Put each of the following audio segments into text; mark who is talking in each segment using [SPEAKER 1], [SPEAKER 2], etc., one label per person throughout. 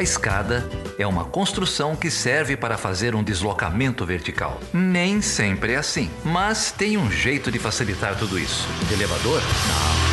[SPEAKER 1] escada é uma construção que serve para fazer um deslocamento vertical. Nem sempre é assim, mas tem um jeito de facilitar tudo isso. Elevador? Não.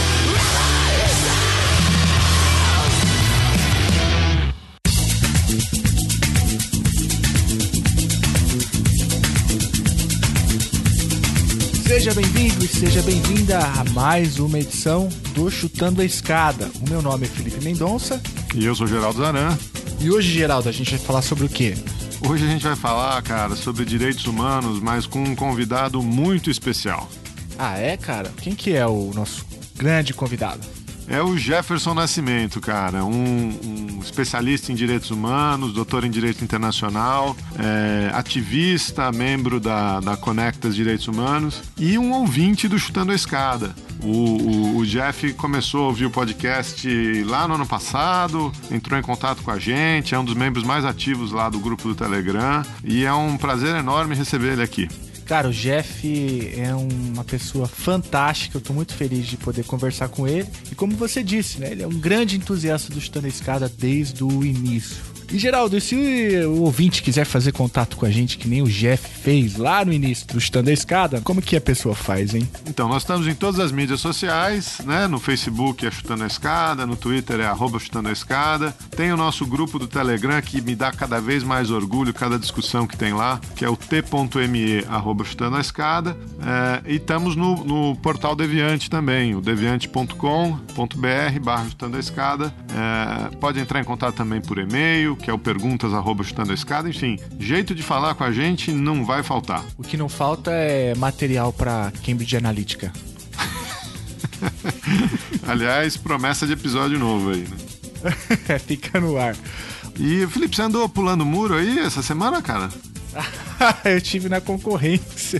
[SPEAKER 2] Seja bem-vindo e seja bem-vinda a mais uma edição do Chutando a Escada. O meu nome é Felipe Mendonça.
[SPEAKER 3] E eu sou Geraldo Zaran.
[SPEAKER 2] E hoje, Geraldo, a gente vai falar sobre o quê?
[SPEAKER 3] Hoje a gente vai falar, cara, sobre direitos humanos, mas com um convidado muito especial.
[SPEAKER 2] Ah, é, cara? Quem que é o nosso grande convidado?
[SPEAKER 3] É o Jefferson Nascimento, cara, um especialista em direitos humanos, doutor em direito internacional, ativista, membro da Conectas Direitos Humanos e um ouvinte do Chutando a Escada. O Jeff começou a ouvir o podcast lá no ano passado, entrou em contato com a gente, é um dos membros mais ativos lá do grupo do Telegram e é um prazer enorme receber ele aqui.
[SPEAKER 2] Cara, o Jeff é uma pessoa fantástica, eu tô muito feliz de poder conversar com ele. E como você disse, né, ele é um grande entusiasta do Chutando a Escada desde o início. E, Geraldo, se o ouvinte quiser fazer contato com a gente, que nem o Jeff fez lá no início do Chutando a Escada, como que a pessoa faz, hein?
[SPEAKER 3] Então, nós estamos em todas as mídias sociais, né? No Facebook é Chutando a Escada, no Twitter é @Chutando a Escada. Tem o nosso grupo do Telegram, que me dá cada vez mais orgulho, cada discussão que tem lá, que é o t.me @Chutando a Escada. E estamos no portal Deviante também, o deviante.com.br/Chutando a Escada. Pode entrar em contato também por e-mail, que é o perguntas@Chutando a Escada. Enfim, jeito de falar com a gente não vai faltar.
[SPEAKER 2] O que não falta é material para Cambridge Analytica.
[SPEAKER 3] Aliás, promessa de episódio novo aí, né?
[SPEAKER 2] Fica no ar.
[SPEAKER 3] E, Felipe, você andou pulando muro aí essa semana, cara?
[SPEAKER 2] Eu tive na concorrência.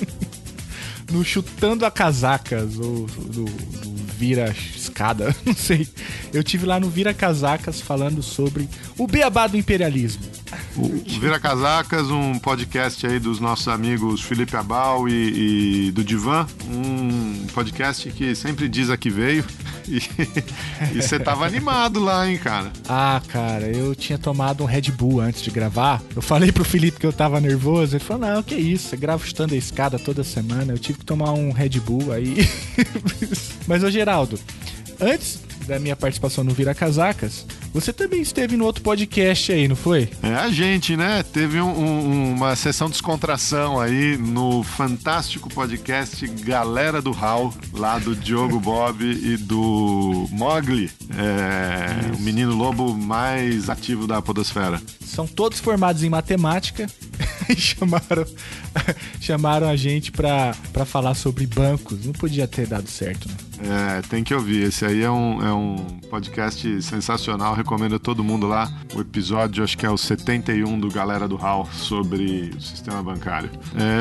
[SPEAKER 2] No Chutando a Casacas, ou do Vira Escada, não sei. Eu tive lá no Vira Casacas falando sobre o beabá do imperialismo.
[SPEAKER 3] O Vira Casacas, um podcast aí dos nossos amigos Felipe Abal e do Divan, um podcast que sempre diz a que veio. E você tava animado lá, hein, cara?
[SPEAKER 2] Ah, cara, eu tinha tomado um Red Bull antes de gravar. Eu falei pro Felipe que eu tava nervoso. Ele falou, não, que isso, você grava Chutando a Escada toda semana. Eu tive que tomar um Red Bull aí. Mas, ô Geraldo, antes da minha participação no Vira Casacas, você também esteve no outro podcast aí, não foi?
[SPEAKER 3] A gente, né? Teve uma sessão de descontração aí no fantástico podcast Galera do Hall, lá do Diogo Bob e do Mogli, o menino lobo mais ativo da podosfera.
[SPEAKER 2] São todos formados em matemática e chamaram a gente pra falar sobre bancos. Não podia ter dado certo, né?
[SPEAKER 3] Tem que ouvir. Esse aí é um podcast sensacional. Recomendo a todo mundo lá. O episódio, acho que é o 71 do Galera do Hall, sobre o sistema bancário.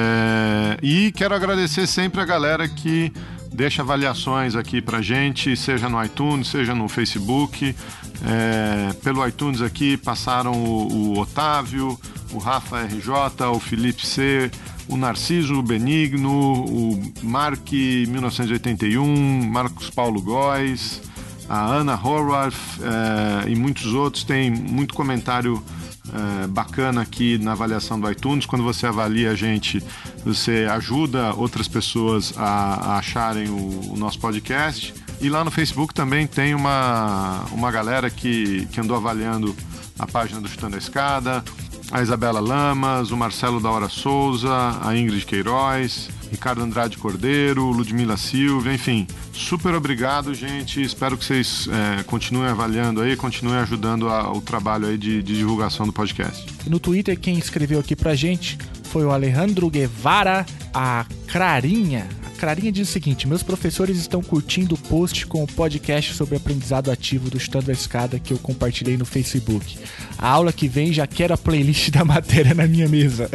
[SPEAKER 3] E quero agradecer sempre a galera que deixa avaliações aqui pra gente, seja no iTunes, seja no Facebook. Pelo iTunes aqui passaram o Otávio, o Rafa RJ, o Felipe C., o Narciso Benigno, o Mark 1981, Marcos Paulo Góes, a Ana Horwath e muitos outros. Tem muito comentário bacana aqui na avaliação do iTunes. Quando você avalia a gente, você ajuda outras pessoas a acharem o nosso podcast. E lá no Facebook também tem uma galera que andou avaliando a página do Chutando a Escada. A Isabela Lamas, o Marcelo da Hora Souza, a Ingrid Queiroz, Ricardo Andrade Cordeiro, Ludmila Silva, enfim. Super obrigado, gente. Espero que vocês continuem avaliando aí, continuem ajudando o trabalho aí de divulgação do podcast.
[SPEAKER 2] E no Twitter, quem escreveu aqui pra gente foi o Alejandro Guevara, a Clarinha. Clarinha diz o seguinte: meus professores estão curtindo o post com o podcast sobre aprendizado ativo do Chutando a Escada que eu compartilhei no Facebook. A aula que vem já quero a playlist da matéria na minha mesa.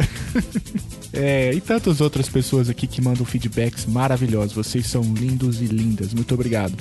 [SPEAKER 2] E tantas outras pessoas aqui que mandam feedbacks maravilhosos. Vocês são lindos e lindas. Muito obrigado.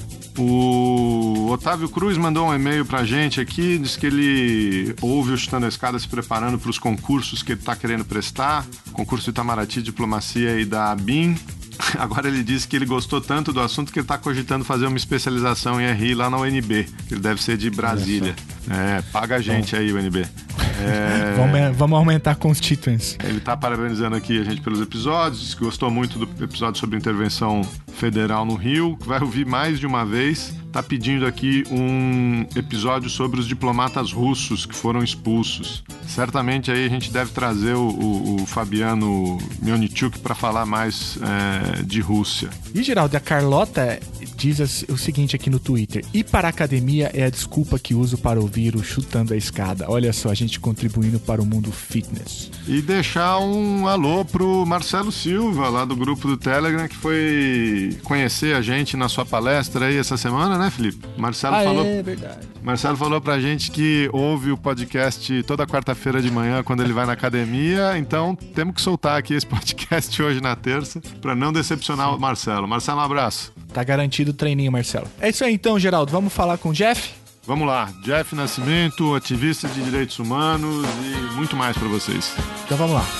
[SPEAKER 3] O Otávio Cruz mandou um e-mail pra gente aqui, diz que ele ouve o Chutando a Escada se preparando para os concursos que ele tá querendo prestar, concurso de Itamaraty, Diplomacia e da ABIN. Agora ele disse que ele gostou tanto do assunto que ele está cogitando fazer uma especialização em RI lá na UNB, que ele deve ser de Brasília. Paga a gente aí, UNB.
[SPEAKER 2] Vamos aumentar a constituency.
[SPEAKER 3] Ele está parabenizando aqui a gente pelos episódios, disse que gostou muito do episódio sobre intervenção federal no Rio, que vai ouvir mais de uma vez. Está pedindo aqui um episódio sobre os diplomatas russos que foram expulsos. Certamente aí a gente deve trazer o Fabiano Mionichuk para falar mais de Rússia.
[SPEAKER 2] E, Geraldo, a Carlota diz o seguinte aqui no Twitter: ir para a academia é a desculpa que uso para ouvir o Chutando a Escada. Olha só, a gente contribuindo para o mundo fitness.
[SPEAKER 3] E deixar um alô pro Marcelo Silva, lá do grupo do Telegram, que foi conhecer a gente na sua palestra aí essa semana, né, Felipe? Marcelo falou...
[SPEAKER 2] É verdade.
[SPEAKER 3] Marcelo falou pra gente que ouve o podcast toda quarta-feira de manhã quando ele vai na academia, então temos que soltar aqui esse podcast hoje na terça pra não decepcionar o Marcelo. Marcelo, um abraço.
[SPEAKER 2] Tá garantido o treininho, Marcelo. É isso aí então, Geraldo. Vamos falar com o Jeff?
[SPEAKER 3] Vamos lá. Jeff Nascimento, ativista de direitos humanos e muito mais pra vocês.
[SPEAKER 2] Então vamos lá.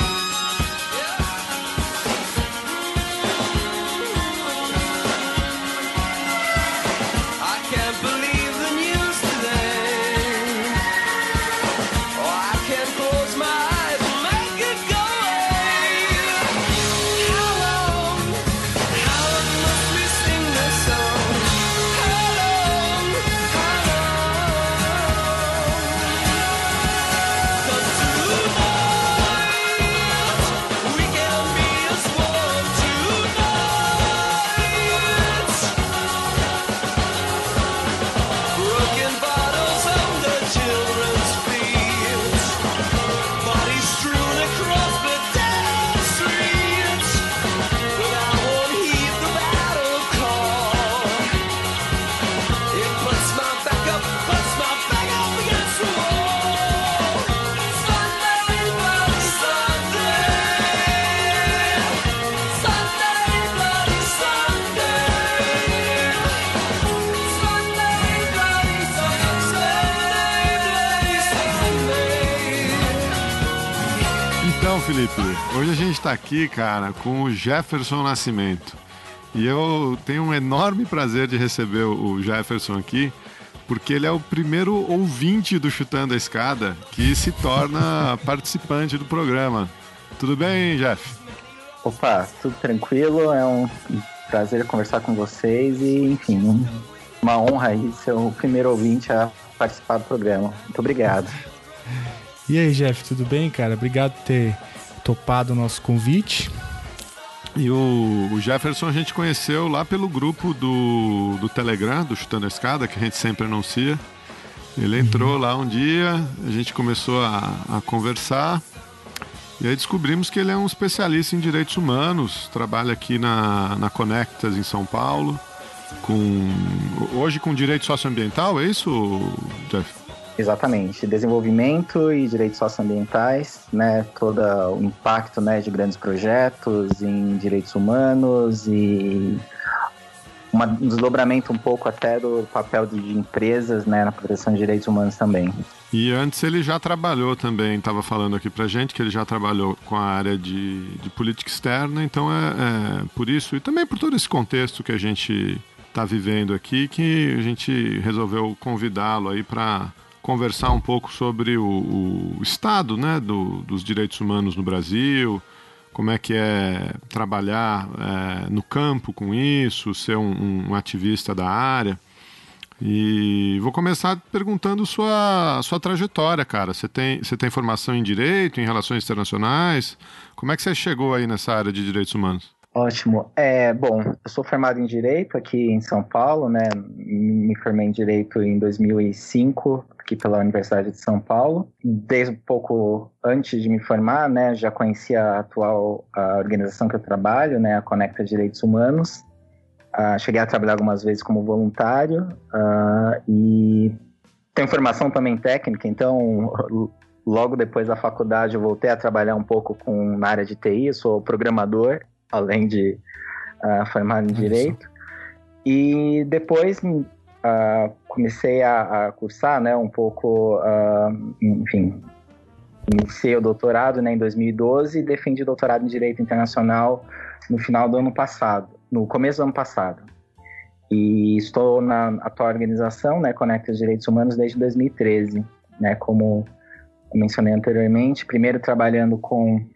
[SPEAKER 3] Felipe, hoje a gente tá aqui, cara, com o Jefferson Nascimento. E eu tenho um enorme prazer de receber o Jefferson aqui, porque ele é o primeiro ouvinte do Chutando a Escada que se torna participante do programa. Tudo bem, Jeff?
[SPEAKER 4] Opa, tudo tranquilo, é um prazer conversar com vocês e, enfim, uma honra aí ser o primeiro ouvinte a participar do programa. Muito obrigado.
[SPEAKER 2] E aí, Jeff, tudo bem, cara? Obrigado por ter topado o nosso convite.
[SPEAKER 3] E o Jefferson a gente conheceu lá pelo grupo do Telegram, do Chutando a Escada, que a gente sempre anuncia. Ele entrou lá um dia, a gente começou a conversar, e aí descobrimos que ele é um especialista em direitos humanos, trabalha aqui na Conectas, em São Paulo, hoje com direito socioambiental, é isso, Jeff?
[SPEAKER 4] Exatamente, desenvolvimento e direitos socioambientais, né, todo o impacto, né, de grandes projetos em direitos humanos e um desdobramento um pouco até do papel de empresas, né, na proteção de direitos humanos também.
[SPEAKER 3] E antes ele já trabalhou também, estava falando aqui pra gente que ele já trabalhou com a área de política externa, então é por isso e também por todo esse contexto que a gente está vivendo aqui que a gente resolveu convidá-lo aí para conversar um pouco sobre o estado, né, dos direitos humanos no Brasil, como é que é trabalhar no campo com isso, ser um ativista da área. E vou começar perguntando sua trajetória, cara. Você tem formação em Direito, em Relações Internacionais? Como é que você chegou aí nessa área de direitos humanos?
[SPEAKER 4] Ótimo. Bom, eu sou formado em Direito aqui em São Paulo, né? Me formei em Direito em 2005, aqui pela Universidade de São Paulo. Desde um pouco antes de me formar, né, já conhecia a organização que eu trabalho, né, a Conecta Direitos Humanos. Cheguei a trabalhar algumas vezes como voluntário e tenho formação também técnica, então logo depois da faculdade eu voltei a trabalhar um pouco na área de TI, eu sou programador, além de formado em Direito. E depois comecei a cursar, né, um pouco, enfim, iniciei o doutorado, né, em 2012 e defendi doutorado em Direito Internacional no final do ano passado, no começo do ano passado. E estou na atual organização, né, Conecta os Direitos Humanos, desde 2013, né, como eu mencionei anteriormente, primeiro trabalhando com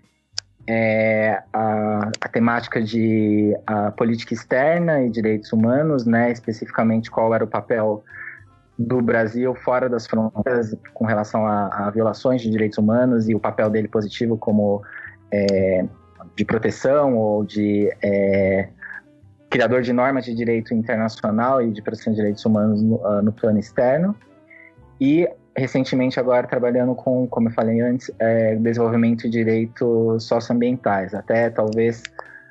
[SPEAKER 4] a temática de política externa e direitos humanos, né, especificamente qual era o papel do Brasil fora das fronteiras com relação a violações de direitos humanos e o papel dele positivo como de proteção ou de criador de normas de direito internacional e de proteção de direitos humanos no plano externo. E recentemente agora trabalhando com, como eu falei antes, desenvolvimento de direitos socioambientais, até talvez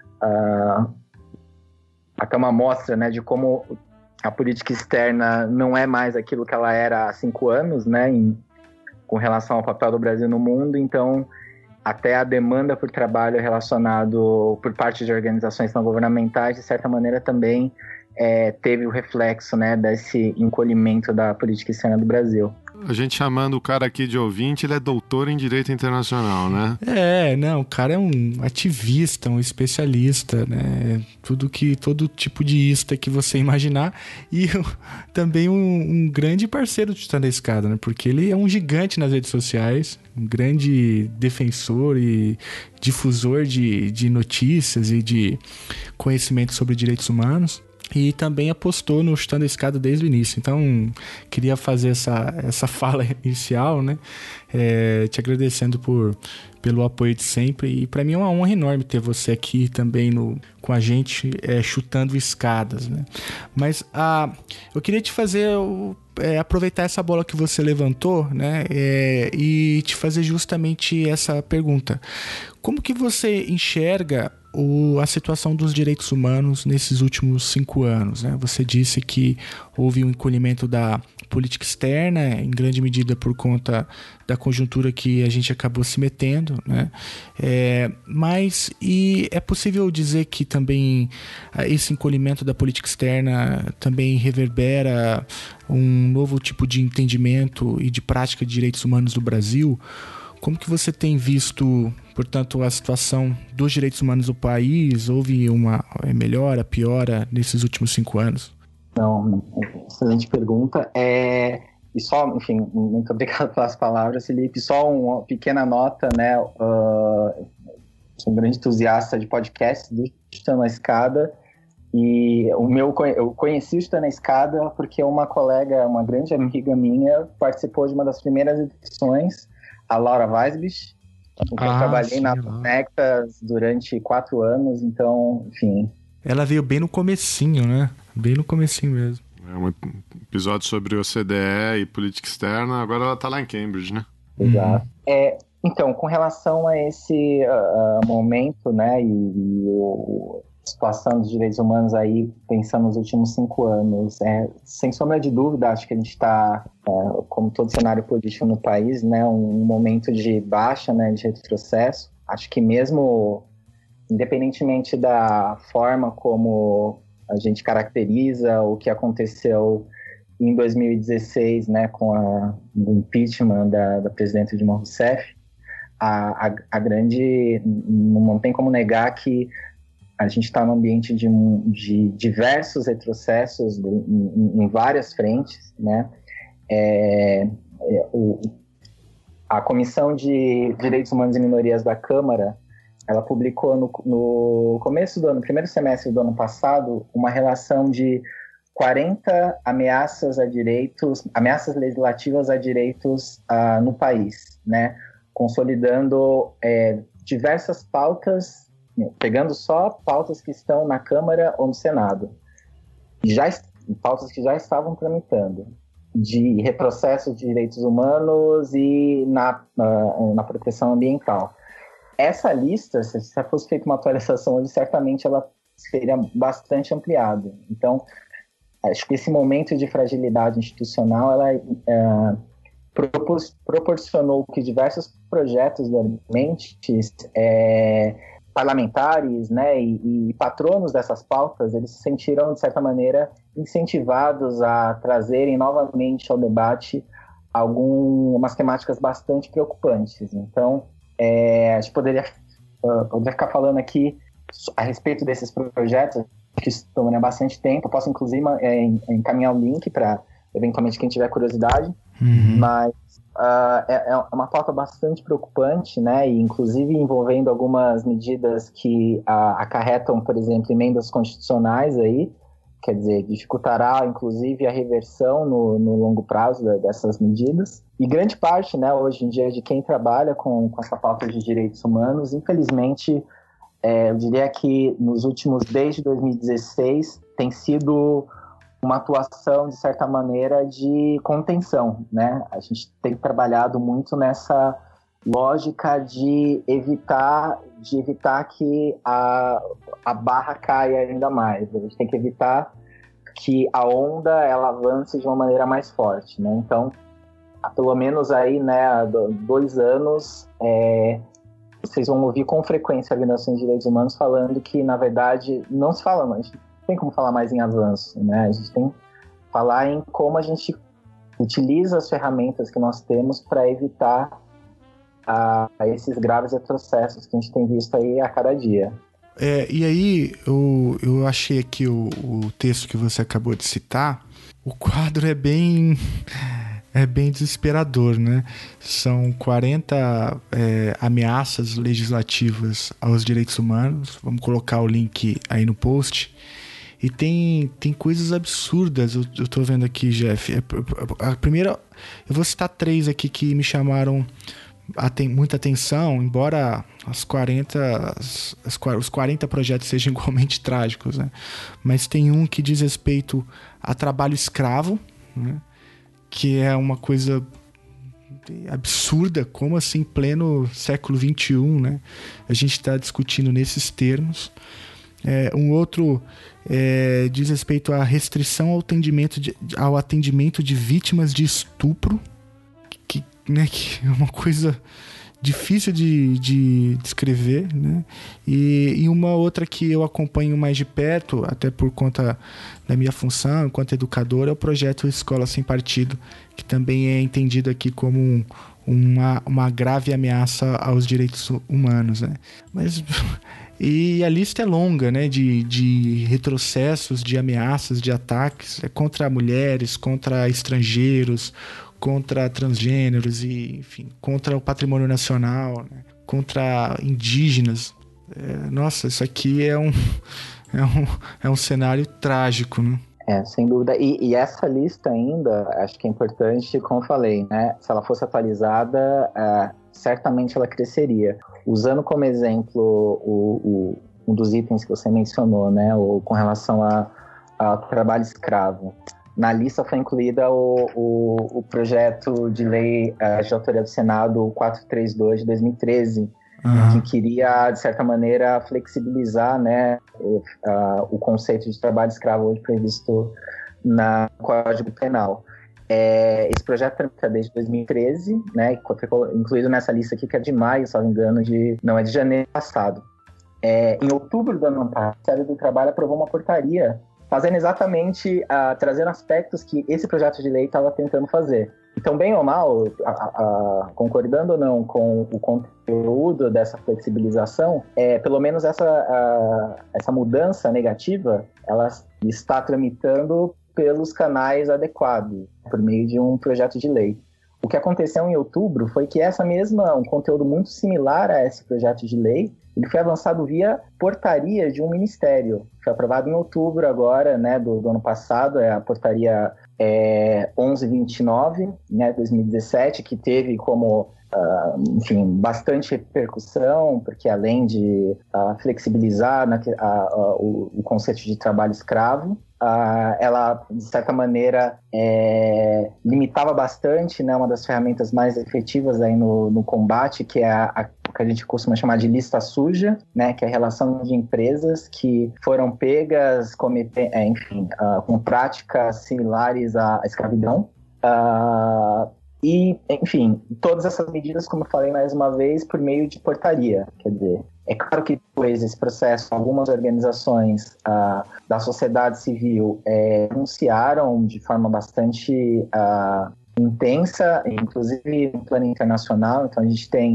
[SPEAKER 4] até uma amostra, né, de como a política externa não é mais aquilo que ela era há 5 anos, né, com relação ao papel do Brasil no mundo. Então, até a demanda por trabalho relacionado por parte de organizações não governamentais, de certa maneira, também teve o reflexo, né, desse encolhimento da política externa do Brasil.
[SPEAKER 3] A gente chamando o cara aqui de ouvinte, ele é doutor em Direito Internacional, né?
[SPEAKER 2] Não, o cara é um ativista, um especialista, né? Todo tipo de ista que você imaginar. E também um grande parceiro do Chutando a Escada, né? Porque ele é um gigante nas redes sociais, um grande defensor e difusor de notícias e de conhecimento sobre direitos humanos. E também apostou no Chutando a Escada desde o início. Então, queria fazer essa fala inicial, né? Te agradecendo pelo apoio de sempre. E para mim é uma honra enorme ter você aqui também com a gente, chutando escadas, né? Mas eu queria te fazer... aproveitar essa bola que você levantou, né? E te fazer justamente essa pergunta. Como que você enxerga a situação dos direitos humanos nesses últimos 5 anos, né? Você disse que houve um encolhimento da política externa, em grande medida por conta da conjuntura que a gente acabou se metendo, né? Mas é possível dizer que também esse encolhimento da política externa também reverbera um novo tipo de entendimento e de prática de direitos humanos no Brasil? Como que você tem visto, portanto, a situação dos direitos humanos no país? Houve uma melhora, piora nesses últimos 5 anos?
[SPEAKER 4] Não, excelente pergunta. E só, enfim, muito obrigado pelas palavras, Felipe. Só uma pequena nota, né? Sou um grande entusiasta de podcast do Chutando a Escada. E eu conheci o Chutando a Escada porque uma colega, uma grande amiga minha, participou de uma das primeiras edições, a Laura Weisbich, com quem eu trabalhei na Conectas durante 4 anos, então, enfim.
[SPEAKER 2] Ela veio bem no comecinho, né? Bem no comecinho mesmo.
[SPEAKER 3] Um episódio sobre OCDE e política externa, agora ela tá lá em Cambridge, né?
[SPEAKER 4] Exato. Então, com relação a esse momento, né, e a situação dos direitos humanos aí, pensando nos últimos 5 anos, sem sombra de dúvida, acho que a gente está, como todo cenário político no país, né, um momento de baixa, né, de retrocesso. Acho que mesmo, independentemente da forma como a gente caracteriza o que aconteceu em 2016, né, com o impeachment da presidenta Dilma Rousseff, a grande... Não tem como negar que a gente está num ambiente de diversos retrocessos em várias frentes, né? A Comissão de Direitos Humanos e Minorias da Câmara, ela publicou no começo do ano, primeiro semestre do ano passado, uma relação de 40 ameaças legislativas a direitos no país, né? Consolidando diversas pautas, pegando só pautas que estão na Câmara ou no Senado, pautas que já estavam tramitando, de retrocesso de direitos humanos e na proteção ambiental. Essa lista, se fosse feita uma atualização hoje, certamente ela seria bastante ampliada. Então, acho que esse momento de fragilidade institucional, ela proporcionou que diversos projetos governamentais, parlamentares, né, e patronos dessas pautas, eles se sentiram, de certa maneira, incentivados a trazerem novamente ao debate algumas temáticas bastante preocupantes. Então, a gente poderia ficar falando aqui a respeito desses projetos, que estão bastante tempo. Eu posso, inclusive, encaminhar o link para, eventualmente, quem tiver curiosidade. Mas é uma pauta bastante preocupante, né? E, inclusive, envolvendo algumas medidas que acarretam, por exemplo, emendas constitucionais aí, quer dizer, dificultará, inclusive, a reversão no longo prazo dessas medidas. E grande parte, né, hoje em dia, de quem trabalha com essa pauta de direitos humanos, infelizmente, eu diria que nos últimos, desde 2016, tem sido uma atuação, de certa maneira, de contenção, né? A gente tem trabalhado muito nessa lógica de evitar que a barra caia ainda mais. A gente tem que evitar que a onda ela avance de uma maneira mais forte, né? Então, há pelo menos aí, né, há 2 anos, vocês vão ouvir com frequência organizações de direitos humanos falando que, na verdade, não se fala mais, não tem como falar mais em avanço, né? A gente tem que falar em como a gente utiliza as ferramentas que nós temos para evitar esses graves retrocessos que a gente tem visto aí a cada dia.
[SPEAKER 2] E aí, eu achei aqui o texto que você acabou de citar. O quadro é bem desesperador, né? São 40 ameaças legislativas aos direitos humanos. Vamos colocar o link aí no post. E tem coisas absurdas, eu tô vendo aqui, Jeff. A primeira, eu vou citar 3 aqui que me chamaram muita atenção, embora os 40 projetos sejam igualmente trágicos, né? Mas tem um que diz respeito a trabalho escravo, né? Que é uma coisa absurda, como assim, pleno século XXI, né? A gente está discutindo nesses termos. Um outro diz respeito à restrição ao atendimento de vítimas de estupro, que é uma coisa difícil de descrever, né? E uma outra que eu acompanho mais de perto, até por conta da minha função enquanto educador, é o projeto Escola Sem Partido, que também é entendido aqui como uma grave ameaça aos direitos humanos, né? E a lista é longa, né? De retrocessos, de ameaças, de ataques contra mulheres, contra estrangeiros, contra transgêneros e, enfim, contra o patrimônio nacional, né? Contra indígenas. Nossa, isso aqui é um cenário trágico, né?
[SPEAKER 4] Sem dúvida. E essa lista ainda, acho que é importante, como eu falei, né? Se ela fosse atualizada, certamente ela cresceria. Usando como exemplo um dos itens que você mencionou, né? Com relação ao trabalho escravo. Na lista foi incluída o projeto de lei de autoria do Senado 432 de 2013, que queria, de certa maneira, flexibilizar, né, o conceito de trabalho escravo hoje previsto no Código Penal. Esse projeto tramita desde 2013, né, foi incluído nessa lista aqui, que é de maio, se não me engano, é de janeiro passado. Em outubro do ano passado, o Ministério do Trabalho aprovou uma portaria fazendo exatamente, trazendo aspectos que esse projeto de lei estava tentando fazer. Então, bem ou mal, concordando ou não com o conteúdo dessa flexibilização, pelo menos essa mudança negativa, ela está tramitando pelos canais adequados, por meio de um projeto de lei. O que aconteceu em outubro foi que um conteúdo muito similar a esse projeto de lei, ele foi avançado via portaria de um ministério. Foi aprovado em outubro agora, né, do ano passado, a portaria 1129, né, 2017, que teve como, bastante repercussão, porque além de flexibilizar o conceito de trabalho escravo, ela, de certa maneira, limitava bastante, né, uma das ferramentas mais efetivas aí no combate, que é o que a gente costuma chamar de lista suja, né, que é a relação de empresas que foram pegas com práticas similares à escravidão. E, enfim, todas essas medidas, como eu falei mais uma vez, por meio de portaria. Quer dizer, é claro que depois desse processo, algumas organizações da sociedade civil denunciaram de forma bastante intensa, inclusive no plano internacional. Então, a gente tem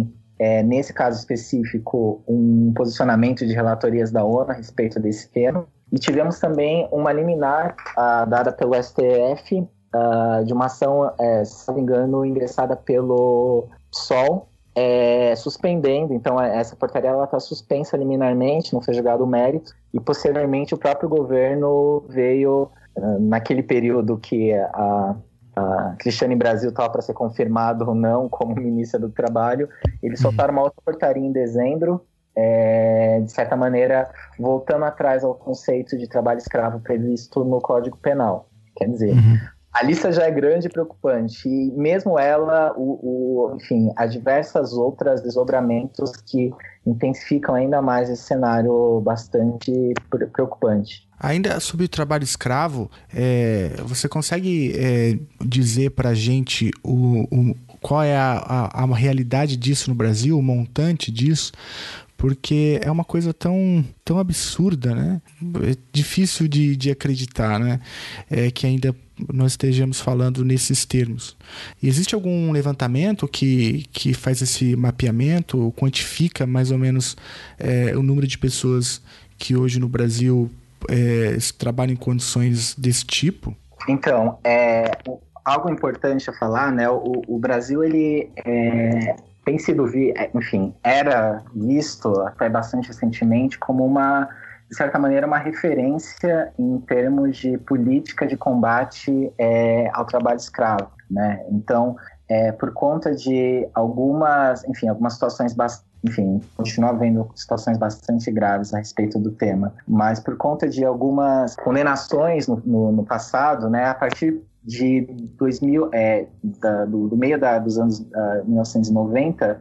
[SPEAKER 4] nesse caso específico, um posicionamento de relatorias da ONU a respeito desse tema. E tivemos também uma liminar dada pelo STF de uma ação, se não me engano, ingressada pelo PSOL, suspendendo. Então, essa portaria está suspensa liminarmente, não foi julgado o mérito, e posteriormente o próprio governo veio, naquele período que a Cristiane Brasil estava para ser confirmado ou não como ministra do Trabalho, eles soltaram uma outra portaria em dezembro, de certa maneira, voltando atrás ao conceito de trabalho escravo previsto no Código Penal. Quer dizer, a lista já é grande e preocupante, e mesmo ela, enfim, há diversas outras desdobramentos que intensificam ainda mais esse cenário bastante preocupante.
[SPEAKER 2] Ainda sobre o trabalho escravo, você consegue dizer para a gente qual é a realidade disso no Brasil, o montante disso? Porque é uma coisa tão absurda, né? É difícil de acreditar, né? Que ainda nós estejamos falando nesses termos. E existe algum levantamento que faz esse mapeamento, quantifica mais ou menos o número de pessoas que hoje no Brasil trabalham em condições desse tipo?
[SPEAKER 4] Então, algo importante a falar, né? O Brasil, ele tem sido, enfim, era visto até bastante recentemente como de certa maneira, uma referência em termos de política de combate ao trabalho escravo, né? Então, por conta de algumas situações continua havendo situações bastante graves a respeito do tema, mas por conta de algumas condenações no passado, né, a partir de 2000, do meio dos anos 1990,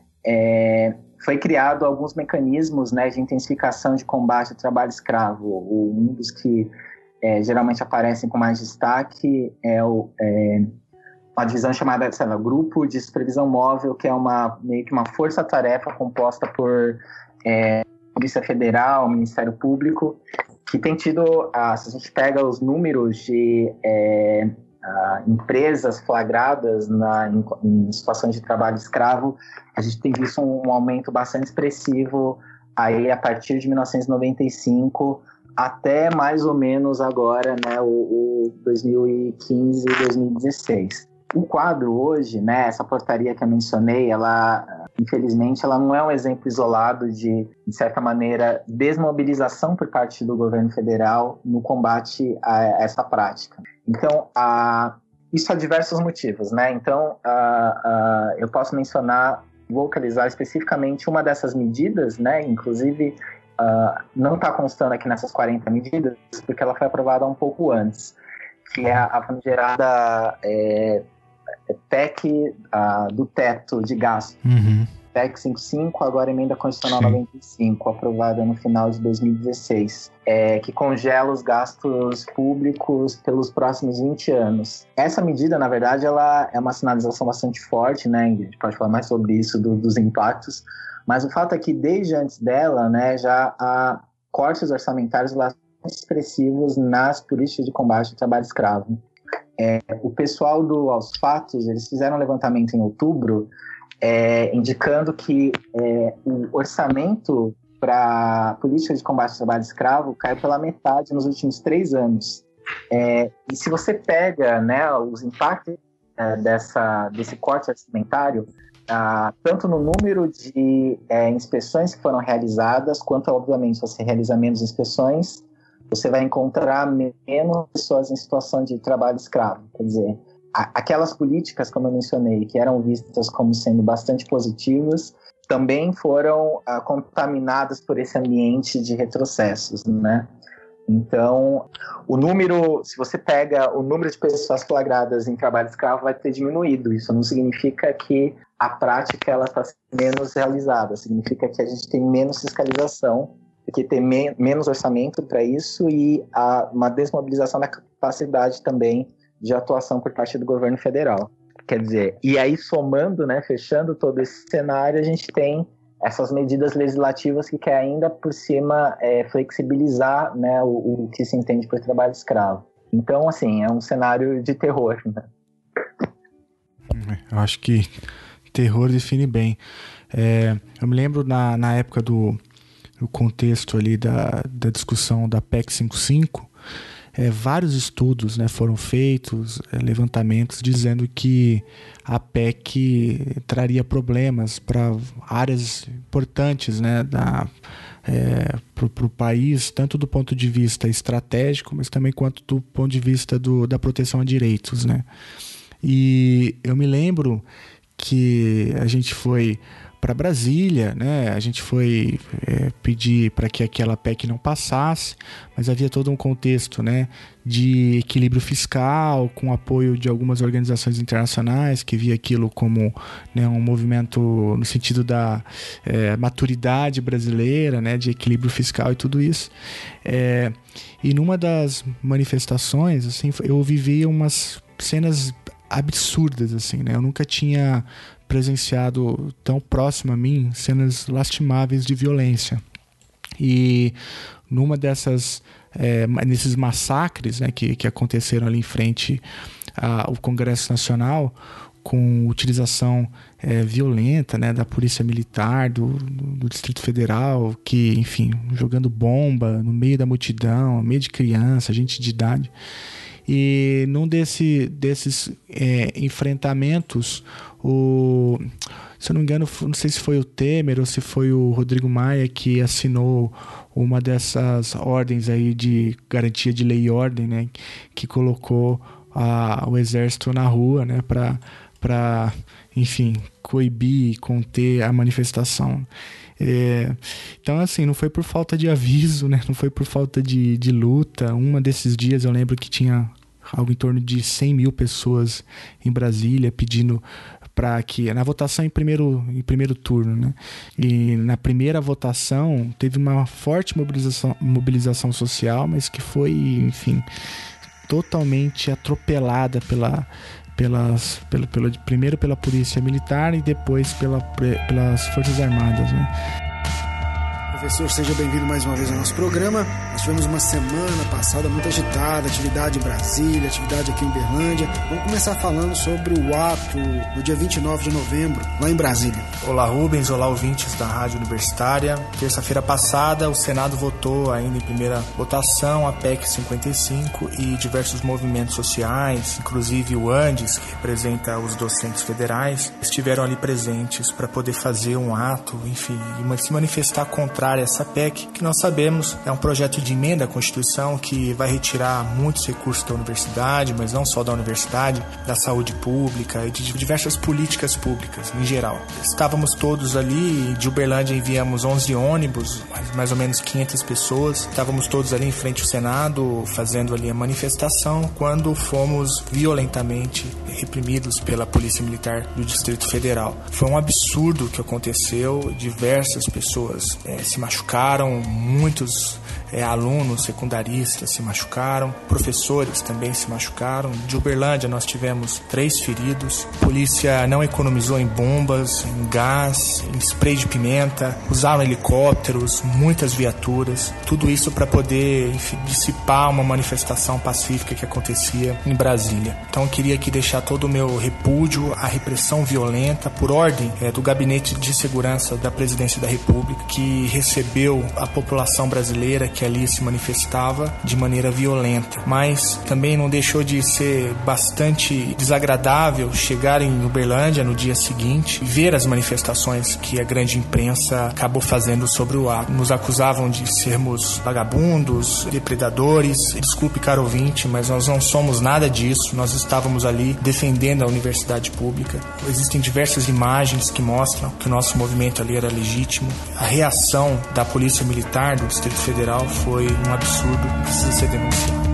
[SPEAKER 4] foi criado alguns mecanismos, né, de intensificação de combate ao trabalho escravo. Um dos que geralmente aparecem com mais destaque é uma divisão chamada, Grupo de Supervisão Móvel, que é meio que uma força-tarefa composta por Polícia Federal, Ministério Público, que tem tido, se a gente pega os números de empresas flagradas em situações de trabalho escravo, a gente tem visto um aumento bastante expressivo aí a partir de 1995 até mais ou menos agora, né, o 2015 e 2016. O quadro hoje, né, essa portaria que eu mencionei, infelizmente, ela não é um exemplo isolado de certa maneira, desmobilização por parte do governo federal no combate a essa prática. Então, isso há diversos motivos, né? Então, eu posso localizar especificamente uma dessas medidas, né? Inclusive, não está constando aqui nessas 40 medidas, porque ela foi aprovada um pouco antes, que é a famigerada PEC do teto de gasto. PEC 55, agora emenda constitucional 95, aprovada no final de 2016, que congela os gastos públicos pelos próximos 20 anos. Essa medida, na verdade, ela é uma sinalização bastante forte, né? A gente pode falar mais sobre isso, dos impactos, mas o fato é que desde antes dela, né, já há cortes orçamentários bastante expressivos nas políticas de combate ao trabalho escravo. O pessoal Aos Fatos, eles fizeram um levantamento em outubro, indicando que o orçamento para a política de combate ao trabalho escravo caiu pela metade nos últimos 3 anos. E se você pega, né, os impactos desse corte orçamentário, tanto no número de inspeções que foram realizadas, quanto, obviamente, você realiza menos inspeções, você vai encontrar menos pessoas em situação de trabalho escravo. Quer dizer, aquelas políticas, como eu mencionei, que eram vistas como sendo bastante positivas, também foram contaminadas por esse ambiente de retrocessos, né? Então, se você pega o número de pessoas flagradas em trabalho escravo, vai ter diminuído. Isso não significa que a prática está menos realizada, significa que a gente tem menos fiscalização, porque tem menos orçamento para isso e uma desmobilização da capacidade também de atuação por parte do governo federal. Quer dizer, e aí somando, né, fechando todo esse cenário, a gente tem essas medidas legislativas que quer ainda por cima flexibilizar, né, o que se entende por trabalho escravo. Então, assim, é um cenário de terror, né?
[SPEAKER 2] Eu acho que Terror define bem. Eu me lembro na época do contexto ali da discussão da PEC 55, vários estudos, né, foram feitos, levantamentos, dizendo que a PEC traria problemas para áreas importantes, né, para o país, tanto do ponto de vista estratégico, mas também quanto do ponto de vista da proteção a direitos, né? E eu me lembro que a gente foi para Brasília, né? A gente foi pedir para que aquela PEC não passasse, mas havia todo um contexto, né, de equilíbrio fiscal, com apoio de algumas organizações internacionais que via aquilo como, né, um movimento no sentido da maturidade brasileira, né, de equilíbrio fiscal e tudo isso. E numa das manifestações, assim, eu vivi umas cenas absurdas, assim, né? Eu nunca tinha presenciado tão próximo a mim cenas lastimáveis de violência. E numa nesses massacres, né, que aconteceram ali em frente ao Congresso Nacional, com utilização violenta, né, da Polícia Militar do Distrito Federal, que, enfim, jogando bomba no meio da multidão, no meio de criança, gente de idade. E num desses enfrentamentos, se eu não me engano, não sei se foi o Temer ou se foi o Rodrigo Maia que assinou uma dessas ordens aí de garantia de lei e ordem, né, que colocou o exército na rua, né, para, enfim, coibir e conter a manifestação. Então, assim, não foi por falta de aviso, né? Não foi por falta de luta. Um desses dias eu lembro que tinha algo em torno de 100 mil pessoas em Brasília pedindo para que, na votação em primeiro turno, né? E na primeira votação teve uma forte mobilização social, mas que foi, enfim, totalmente atropelada primeiro pela Polícia Militar e depois pelas Forças Armadas, né?
[SPEAKER 5] Professor, seja bem-vindo mais uma vez ao nosso programa. Nós tivemos uma semana passada muito agitada, atividade em Brasília, atividade aqui em Uberlândia. Vamos começar falando sobre o ato no dia 29 de novembro, lá em Brasília.
[SPEAKER 2] Olá, Rubens. Olá, ouvintes da Rádio Universitária. Terça-feira passada, o Senado votou ainda em primeira votação a PEC 55 e diversos movimentos sociais, inclusive o Andes, que representa os docentes federais, estiveram ali presentes para poder fazer um ato, enfim, e se manifestar contra essa PEC, que nós sabemos é um projeto de emenda à Constituição que vai retirar muitos recursos da universidade, mas não só da universidade, da saúde pública e de diversas políticas públicas em geral. Estávamos todos ali, de Uberlândia enviamos 11 ônibus, mais ou menos 500 pessoas, estávamos todos ali em frente ao Senado, fazendo ali a manifestação, quando fomos violentamente reprimidos pela Polícia Militar do Distrito Federal. Foi um absurdo o que aconteceu, diversas pessoas se machucaram, muitos alunos secundaristas se machucaram, professores também se machucaram. De Uberlândia nós tivemos 3 feridos. A polícia não economizou em bombas, em gás, em spray de pimenta, usaram helicópteros, muitas viaturas, tudo isso para poder, enfim, dissipar uma manifestação pacífica que acontecia em Brasília. Então eu queria aqui deixar todo o meu repúdio à repressão violenta por ordem do Gabinete de Segurança da Presidência da República, que recebeu a população brasileira que ali se manifestava de maneira violenta. Mas também não deixou de ser bastante desagradável chegar em Uberlândia no dia seguinte e ver as manifestações que a grande imprensa acabou fazendo sobre o ato. Nos acusavam de sermos vagabundos, depredadores. Desculpe, caro ouvinte, mas nós não somos nada disso. Nós estávamos ali defendendo a universidade pública. Existem diversas imagens que mostram que o nosso movimento ali era legítimo. A reação da Polícia Militar do Distrito Federal foi um absurdo, precisa ser denunciado.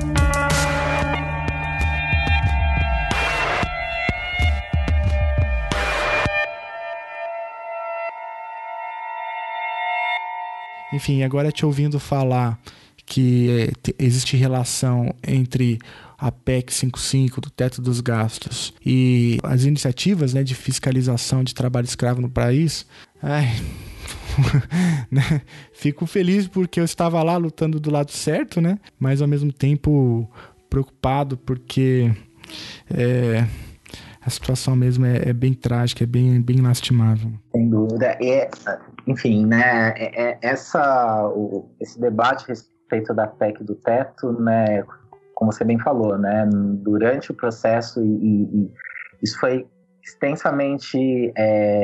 [SPEAKER 2] Enfim, agora te ouvindo falar que existe relação entre a PEC 55, do teto dos gastos, e as iniciativas, né, de fiscalização de trabalho escravo no país, né? Fico feliz porque eu estava lá lutando do lado certo, né? Mas ao mesmo tempo preocupado porque a situação mesmo é bem trágica, é bem lastimável.
[SPEAKER 4] Sem dúvida. Enfim, né, esse debate a respeito da PEC do teto, né, como você bem falou, né, durante o processo, e isso foi extensamente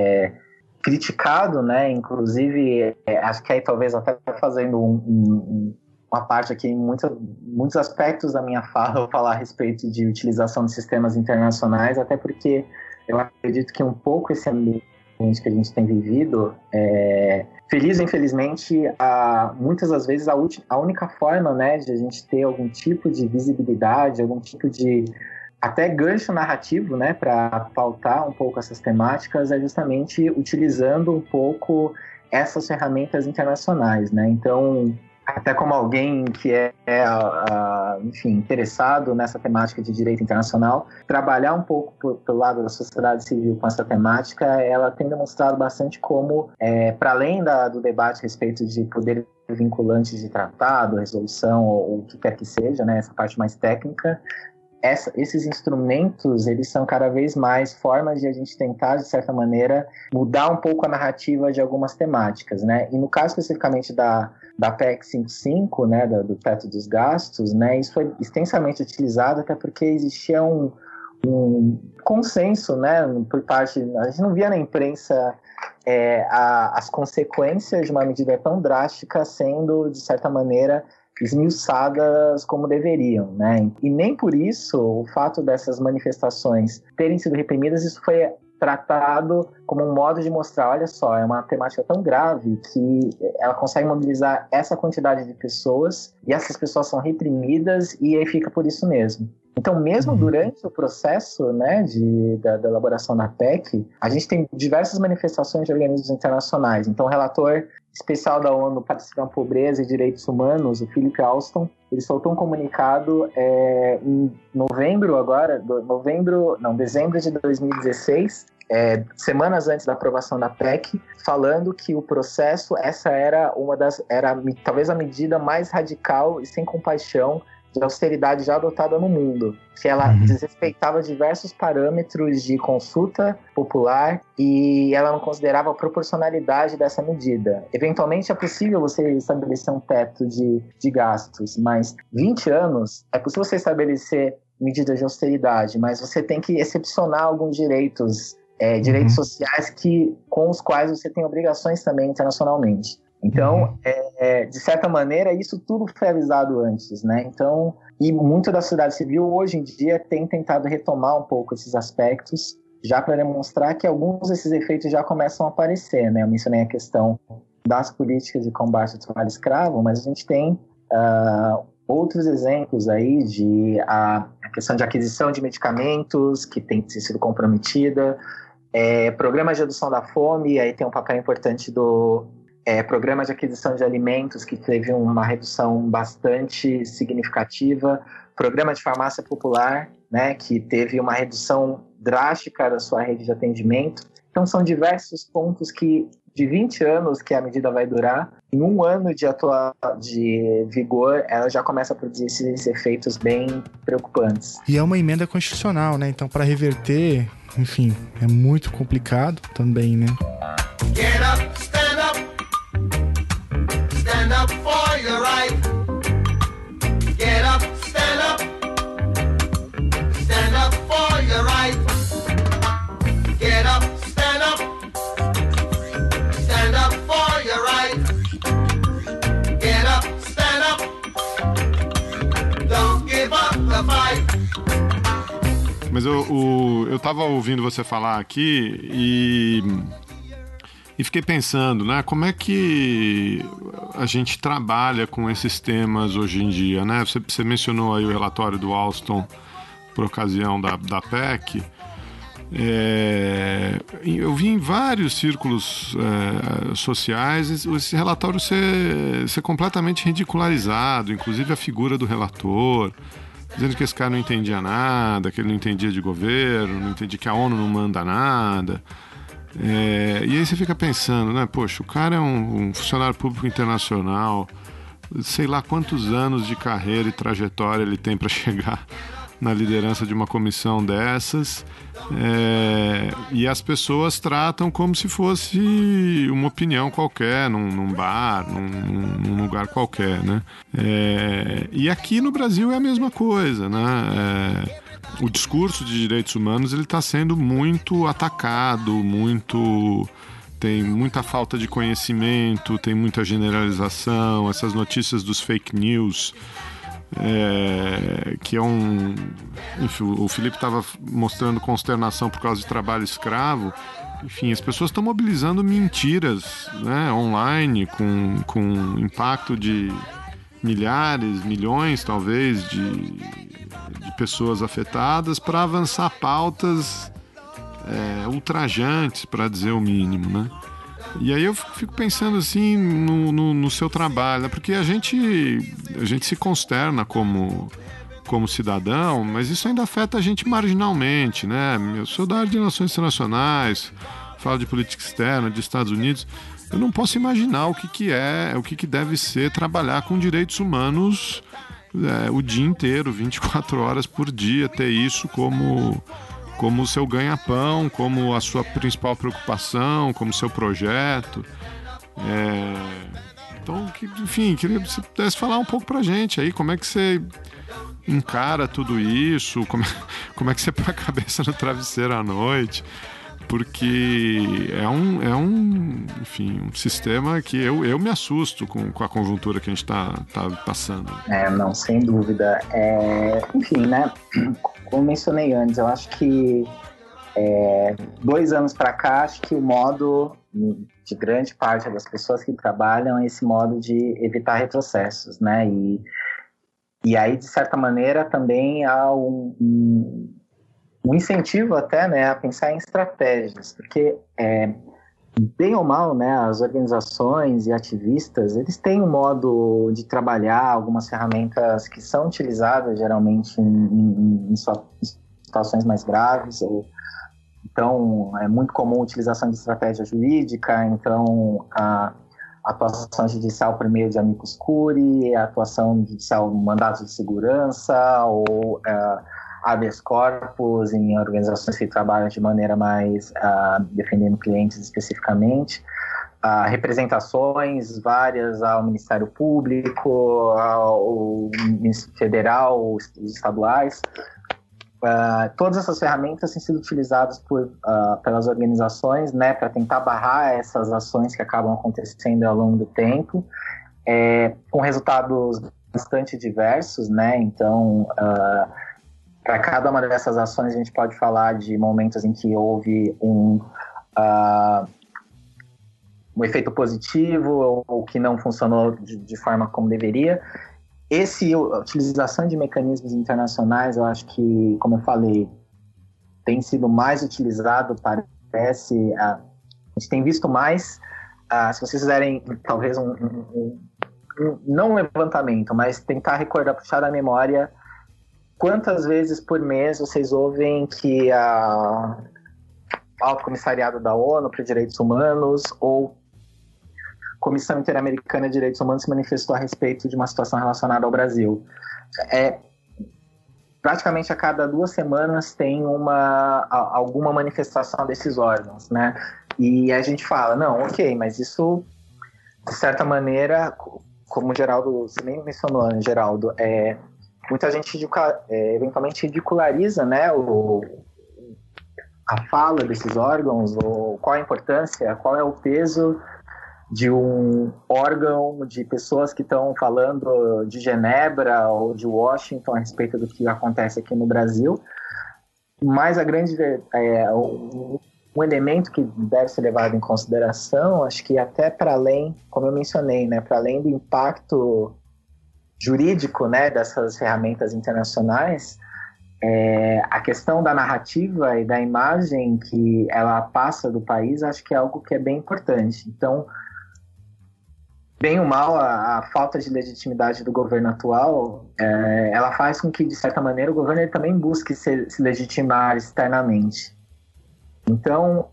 [SPEAKER 4] criticado, né, inclusive, acho que aí talvez até fazendo uma parte aqui, em muitos aspectos da minha fala, eu vou falar a respeito de utilização de sistemas internacionais, até porque eu acredito que um pouco esse ambiente que a gente tem vivido, feliz ou infelizmente, muitas das vezes a única forma, né, de a gente ter algum tipo de visibilidade, algum tipo de até gancho narrativo, né, para pautar um pouco essas temáticas, é justamente utilizando um pouco essas ferramentas internacionais, né? Então, até como alguém que enfim, interessado nessa temática de direito internacional, trabalhar um pouco pelo lado da sociedade civil com essa temática, ela tem demonstrado bastante como, para além do debate a respeito de poderes vinculantes de tratado, resolução, ou o que quer que seja, né, essa parte mais técnica, esses instrumentos, eles são cada vez mais formas de a gente tentar, de certa maneira, mudar um pouco a narrativa de algumas temáticas, né? E no caso especificamente da PEC 55, né, do teto dos gastos, né, isso foi extensamente utilizado até porque existia um consenso, né, por parte, a gente não via na imprensa as consequências de uma medida tão drástica sendo, de certa maneira, esmiuçadas como deveriam, né? E nem por isso o fato dessas manifestações terem sido reprimidas, isso foi tratado como um modo de mostrar, olha só, é uma temática tão grave que ela consegue mobilizar essa quantidade de pessoas e essas pessoas são reprimidas e aí fica por isso mesmo. Então, mesmo durante o processo, né, da elaboração da PEC, a gente tem diversas manifestações de organismos internacionais. Então, o relator especial da ONU para a Pobreza e Direitos Humanos, o Philip Alston, ele soltou um comunicado em dezembro de 2016, semanas antes da aprovação da PEC, falando que o processo, essa era talvez a medida mais radical e sem compaixão de austeridade já adotada no mundo, que ela desrespeitava diversos parâmetros de consulta popular e ela não considerava a proporcionalidade dessa medida. Eventualmente é possível você estabelecer um teto de gastos, mas 20 anos é possível você estabelecer medidas de austeridade, mas você tem que excepcionar alguns direitos sociais com os quais você tem obrigações também internacionalmente. Então, de certa maneira, isso tudo foi avisado antes, né? Então, e muito da sociedade civil hoje em dia tem tentado retomar um pouco esses aspectos, já para demonstrar que alguns desses efeitos já começam a aparecer, né? Eu mencionei a questão das políticas de combate ao trabalho escravo, mas a gente tem outros exemplos aí a questão de aquisição de medicamentos que tem sido comprometida, programas de redução da fome, aí tem um papel importante do programa de aquisição de alimentos que teve uma redução bastante significativa, programa de farmácia popular, né, que teve uma redução drástica da sua rede de atendimento. Então são diversos pontos que de 20 anos que a medida vai durar, em um ano de vigor, ela já começa a produzir esses efeitos bem preocupantes.
[SPEAKER 2] E é uma emenda constitucional, né? Então, para reverter, enfim, é muito complicado também, né?
[SPEAKER 6] Get up, stand up. Stand up for your right. Get up, stand up. Stand up for your right. Get up, stand up. Stand up for your right. Get up, stand up. Don't give up the fight.
[SPEAKER 3] Mas eu tava ouvindo você falar aqui e fiquei pensando, né, como é que a gente trabalha com esses temas hoje em dia, né? Você mencionou aí o relatório do Alston por ocasião da PEC. Eu vi em vários círculos sociais esse relatório ser completamente ridicularizado, inclusive a figura do relator, dizendo que esse cara não entendia nada, que ele não entendia de governo, não entendia que a ONU não manda nada. E aí você fica pensando, né? Poxa, o cara é um funcionário público internacional, sei lá quantos anos de carreira e trajetória ele tem para chegar na liderança de uma comissão dessas, e as pessoas tratam como se fosse uma opinião qualquer, num bar, num lugar qualquer, né? E aqui no Brasil é a mesma coisa, né? O discurso de direitos humanos ele está sendo muito atacado, tem muita falta de conhecimento, tem muita generalização, essas notícias dos fake news, que é enfim, o Felipe estava mostrando consternação por causa de trabalho escravo. Enfim, as pessoas estão mobilizando mentiras, né, online, com impacto de milhares, milhões talvez de pessoas afetadas para avançar pautas ultrajantes, para dizer o mínimo, né? E aí eu fico pensando assim no seu trabalho, né? Porque a gente se consterna como cidadão, mas isso ainda afeta a gente marginalmente, né? Eu sou da área de relações internacionais, falo de política externa, de Estados Unidos. Eu não posso imaginar o que deve ser trabalhar com direitos humanos o dia inteiro, 24 horas por dia, ter isso como o seu ganha-pão, como a sua principal preocupação, como seu projeto. Então, enfim, queria que você pudesse falar um pouco pra gente aí, como é que você encara tudo isso, como é que você põe a cabeça no travesseiro à noite, porque enfim, um sistema que eu me assusto com a conjuntura que a gente tá passando.
[SPEAKER 4] Não, sem dúvida. Enfim, né, como mencionei antes, eu acho que 2 anos para cá, acho que o modo de grande parte das pessoas que trabalham é esse modo de evitar retrocessos, né, e aí, de certa maneira, também há um incentivo até, né, a pensar em estratégias, porque bem ou mal, né, as organizações e ativistas, eles têm um modo de trabalhar, algumas ferramentas que são utilizadas geralmente em situações mais graves, então é muito comum a utilização de estratégia jurídica, então a atuação judicial por meio de amicus curiae, a atuação judicial mandatos de segurança, ou habeas corpus em organizações que trabalham de maneira mais defendendo clientes especificamente, representações várias ao Ministério Público, ao Ministério Federal, os estaduais. Todas essas ferramentas têm sido utilizadas pelas organizações, né, para tentar barrar essas ações que acabam acontecendo ao longo do tempo, com resultados bastante diversos, né? Então, para cada uma dessas ações a gente pode falar de momentos em que houve um efeito positivo ou que não funcionou de forma como deveria. A utilização de mecanismos internacionais, eu acho que, como eu falei, tem sido mais utilizado, parece. A gente tem visto mais, se vocês fizerem talvez não um levantamento, mas tentar recordar, puxar da memória, quantas vezes por mês vocês ouvem que o Alto Comissariado da ONU para Direitos Humanos ou Comissão Interamericana de Direitos Humanos se manifestou a respeito de uma situação relacionada ao Brasil? Praticamente a cada 2 semanas tem alguma manifestação desses órgãos, né? E a gente fala, não, ok, mas isso, de certa maneira, como o Geraldo, você nem mencionou, né, Geraldo, muita gente eventualmente ridiculariza, né, a fala desses órgãos, qual a importância, qual é o peso de um órgão de pessoas que estão falando de Genebra ou de Washington a respeito do que acontece aqui no Brasil. Mas um elemento que deve ser levado em consideração, acho que até para além, como eu mencionei, né, para além do impacto jurídico, né, dessas ferramentas internacionais, a questão da narrativa e da imagem que ela passa do país, acho que é algo que é bem importante. Então, bem ou mal, a falta de legitimidade do governo atual, ela faz com que, de certa maneira, o governo ele também busque se legitimar externamente. Então,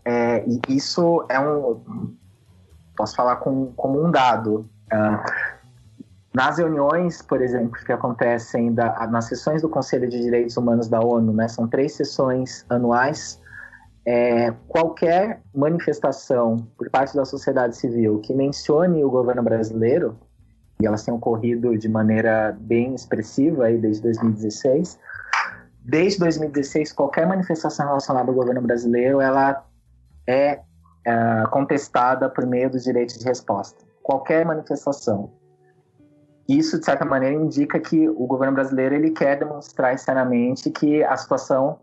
[SPEAKER 4] isso posso falar como um dado. Nas reuniões, por exemplo, que acontecem nas sessões do Conselho de Direitos Humanos da ONU, né, são 3 sessões anuais, qualquer manifestação por parte da sociedade civil que mencione o governo brasileiro, e elas têm ocorrido de maneira bem expressiva aí desde 2016, qualquer manifestação relacionada ao governo brasileiro, ela é contestada por meio dos direitos de resposta. Qualquer manifestação. Isso, de certa maneira, indica que o governo brasileiro ele quer demonstrar externamente que a situação,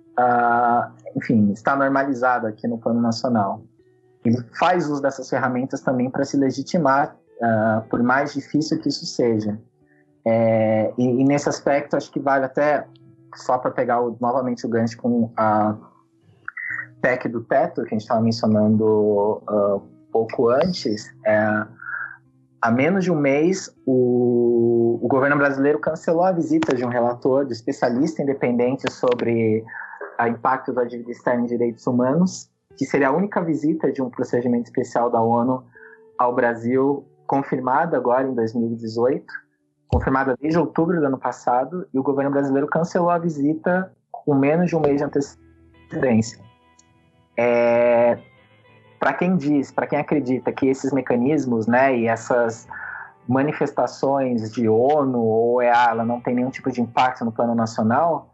[SPEAKER 4] está normalizada aqui no plano nacional. Ele faz uso dessas ferramentas também para se legitimar, por mais difícil que isso seja. E nesse aspecto, acho que vale até, só para pegar novamente o gancho com a PEC do teto, que a gente estava mencionando pouco antes, há menos de um mês, o governo brasileiro cancelou a visita de um relator, de especialista independente sobre o impacto da dívida externa em direitos humanos, que seria a única visita de um procedimento especial da ONU ao Brasil, confirmada agora em 2018, confirmada desde outubro do ano passado, e o governo brasileiro cancelou a visita com menos de um mês de antecedência. Para quem acredita que esses mecanismos, né, e essas manifestações de ONU ou EA, ela não tem nenhum tipo de impacto no plano nacional,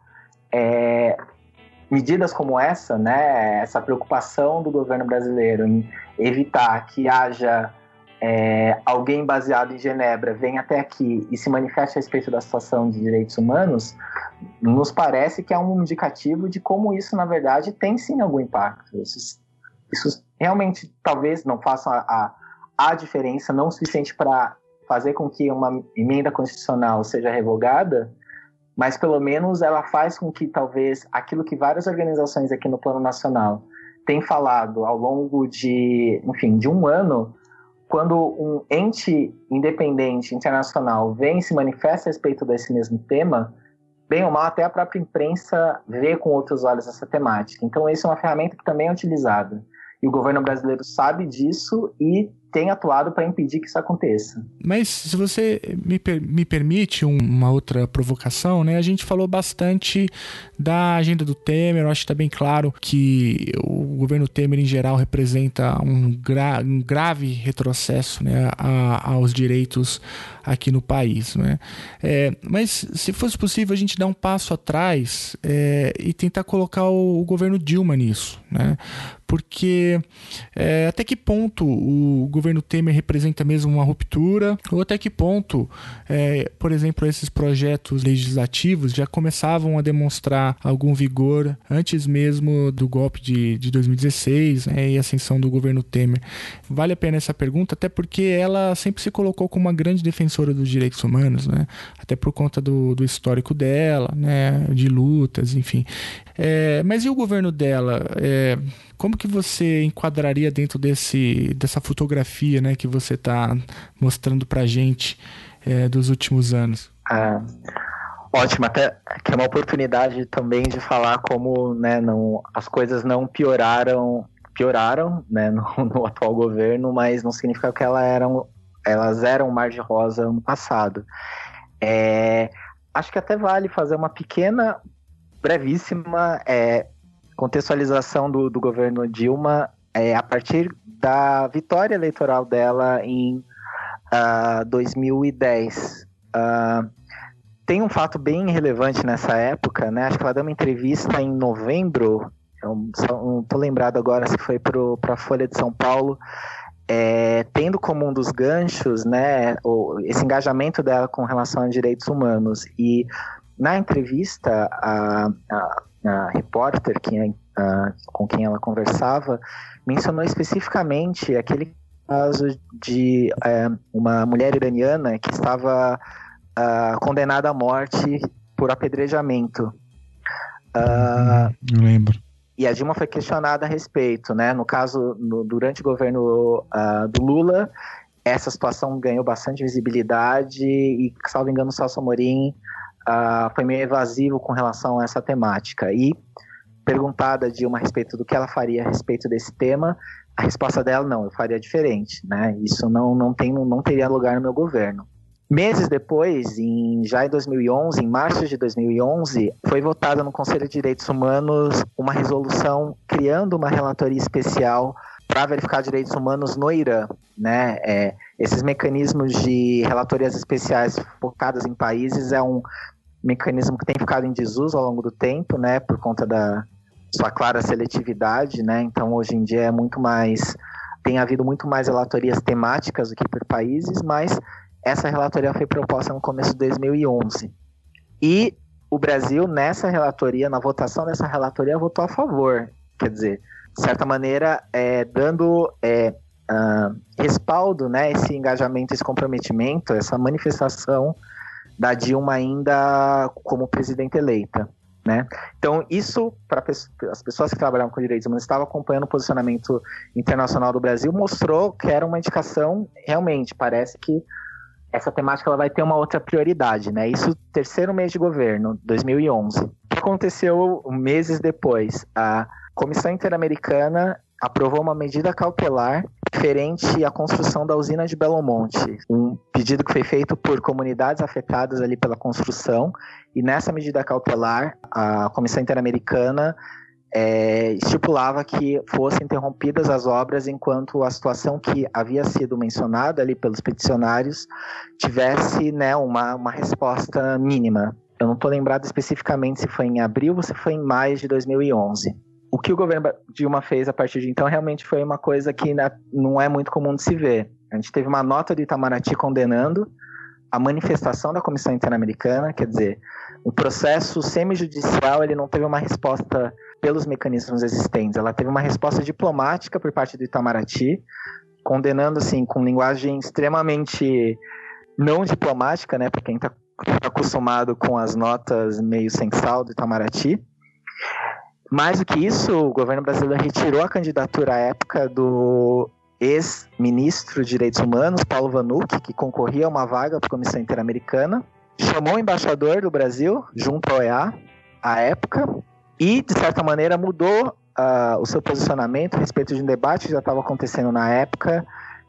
[SPEAKER 4] medidas como essa, né, essa preocupação do governo brasileiro em evitar que haja alguém baseado em Genebra venha até aqui e se manifeste a respeito da situação de direitos humanos, nos parece que é um indicativo de como isso, na verdade, tem sim algum impacto. Isso realmente talvez não faça a diferença, não o suficiente para fazer com que uma emenda constitucional seja revogada, mas pelo menos ela faz com que talvez aquilo que várias organizações aqui no plano nacional têm falado ao longo de um ano, quando um ente independente internacional vem e se manifesta a respeito desse mesmo tema, bem ou mal até a própria imprensa vê com outros olhos essa temática. Então essa é uma ferramenta que também é utilizada. E o governo brasileiro sabe disso e tem atuado para impedir que isso aconteça.
[SPEAKER 2] Mas se você me permite uma outra provocação, né? A gente falou bastante da agenda do Temer. Eu acho que está bem claro que o governo Temer em geral representa um grave retrocesso, né, aos direitos aqui no país, né? Mas se fosse possível a gente dar um passo atrás e tentar colocar o governo Dilma nisso, né? Porque até que ponto o governo Temer representa mesmo uma ruptura, ou até que ponto, por exemplo, esses projetos legislativos já começavam a demonstrar algum vigor antes mesmo do golpe de 2016, né, e a ascensão do governo Temer. Vale a pena essa pergunta, até porque ela sempre se colocou como uma grande defensora dos direitos humanos, né, até por conta do histórico dela, né, de lutas, enfim. Mas e o governo dela? Como que você enquadraria dentro dessa fotografia, né, que você está mostrando pra gente dos últimos anos?
[SPEAKER 4] Ótimo, até que é uma oportunidade também de falar como, né, as coisas não pioraram, né, no atual governo, mas não significa que elas eram mar de rosa no passado. Acho que até vale fazer uma pequena, brevíssima contextualização do governo Dilma a partir da vitória eleitoral dela em 2010. Tem um fato bem relevante nessa época, né? Acho que ela deu uma entrevista em novembro, não estou lembrado agora se foi para a Folha de São Paulo, tendo como um dos ganchos, né, esse engajamento dela com relação a direitos humanos. E na entrevista, a repórter com quem ela conversava mencionou especificamente aquele caso de uma mulher iraniana que estava condenada à morte por apedrejamento.
[SPEAKER 2] Eu lembro.
[SPEAKER 4] E a Dilma foi questionada a respeito, né? No caso, durante o governo do Lula, essa situação ganhou bastante visibilidade e, salvo engano, o Celso Amorim foi meio evasivo com relação a essa temática. E, perguntada a Dilma a respeito do que ela faria a respeito desse tema, a resposta dela, não, eu faria diferente, né? Isso não teria lugar no meu governo. Meses depois, já em 2011, em março de 2011, foi votada no Conselho de Direitos Humanos uma resolução criando uma relatoria especial para verificar direitos humanos no Irã, né? Esses mecanismos de relatorias especiais focadas em países é um mecanismo que tem ficado em desuso ao longo do tempo, né? Por conta da sua clara seletividade, né? Então, hoje em dia tem havido muito mais relatorias temáticas do que por países, mas essa relatoria foi proposta no começo de 2011. E o Brasil, nessa relatoria, na votação dessa relatoria, votou a favor. Quer dizer, de certa maneira, dando respaldo, né, esse engajamento, esse comprometimento, essa manifestação da Dilma ainda como presidente eleita. Né? Então, isso, para as pessoas que trabalhavam com direitos humanos, estavam acompanhando o posicionamento internacional do Brasil, mostrou que era uma indicação, realmente, parece que essa temática ela vai ter uma outra prioridade, né? Isso, terceiro mês de governo, 2011. O que aconteceu meses depois? A Comissão Interamericana aprovou uma medida cautelar referente à construção da usina de Belo Monte, um pedido que foi feito por comunidades afetadas ali pela construção, e nessa medida cautelar, a Comissão Interamericana estipulava que fossem interrompidas as obras enquanto a situação que havia sido mencionada ali pelos peticionários tivesse, né, uma resposta mínima. Eu não estou lembrado especificamente se foi em abril ou se foi em maio de 2011. O que o governo Dilma fez a partir de então realmente foi uma coisa que não é muito comum de se ver. A gente teve uma nota do Itamaraty condenando a manifestação da Comissão Interamericana, quer dizer, o processo semijudicial ele não teve uma resposta pelos mecanismos existentes, ela teve uma resposta diplomática por parte do Itamaraty, condenando assim, com linguagem extremamente não diplomática, né, para quem está acostumado com as notas meio sem sal do Itamaraty. Mais do que isso, o governo brasileiro retirou a candidatura à época do ex-ministro de Direitos Humanos, Paulo Vanucchi, que concorria a uma vaga para a Comissão Interamericana, chamou o embaixador do Brasil, junto ao OEA, à época, e, de certa maneira, mudou o seu posicionamento a respeito de um debate que já estava acontecendo na época,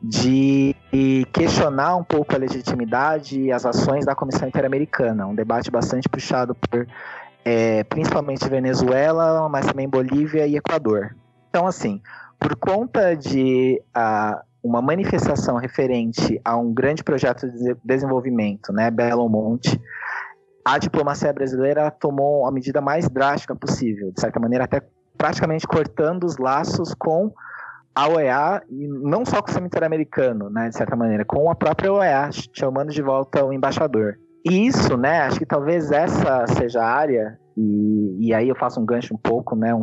[SPEAKER 4] de questionar um pouco a legitimidade e as ações da Comissão Interamericana, um debate bastante puxado por principalmente Venezuela, mas também Bolívia e Equador. Então, assim, por conta de uma manifestação referente a um grande projeto de desenvolvimento, né, Belo Monte, a diplomacia brasileira tomou a medida mais drástica possível, de certa maneira até praticamente cortando os laços com a OEA, e não só com o Sistema Interamericano, né, de certa maneira, com a própria OEA, chamando de volta o embaixador. E isso, né, acho que talvez essa seja a área, e aí eu faço um gancho um pouco, né,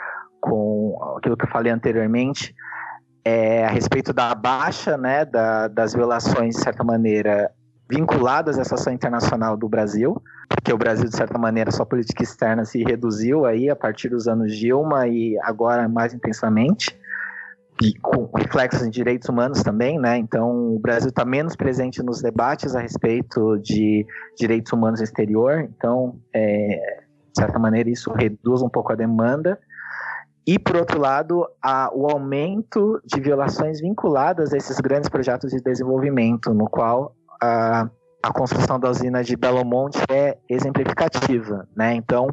[SPEAKER 4] com aquilo que eu falei anteriormente, a respeito da baixa, né, das violações, de certa maneira, vinculadas a essa ação internacional do Brasil, porque o Brasil, de certa maneira, sua política externa se reduziu aí a partir dos anos Dilma e agora mais intensamente, e com reflexos em direitos humanos também, né? Então, o Brasil está menos presente nos debates a respeito de direitos humanos no exterior. Então, de certa maneira, isso reduz um pouco a demanda. E, por outro lado, o aumento de violações vinculadas a esses grandes projetos de desenvolvimento, no qual a construção da usina de Belo Monte é exemplificativa, né? Então,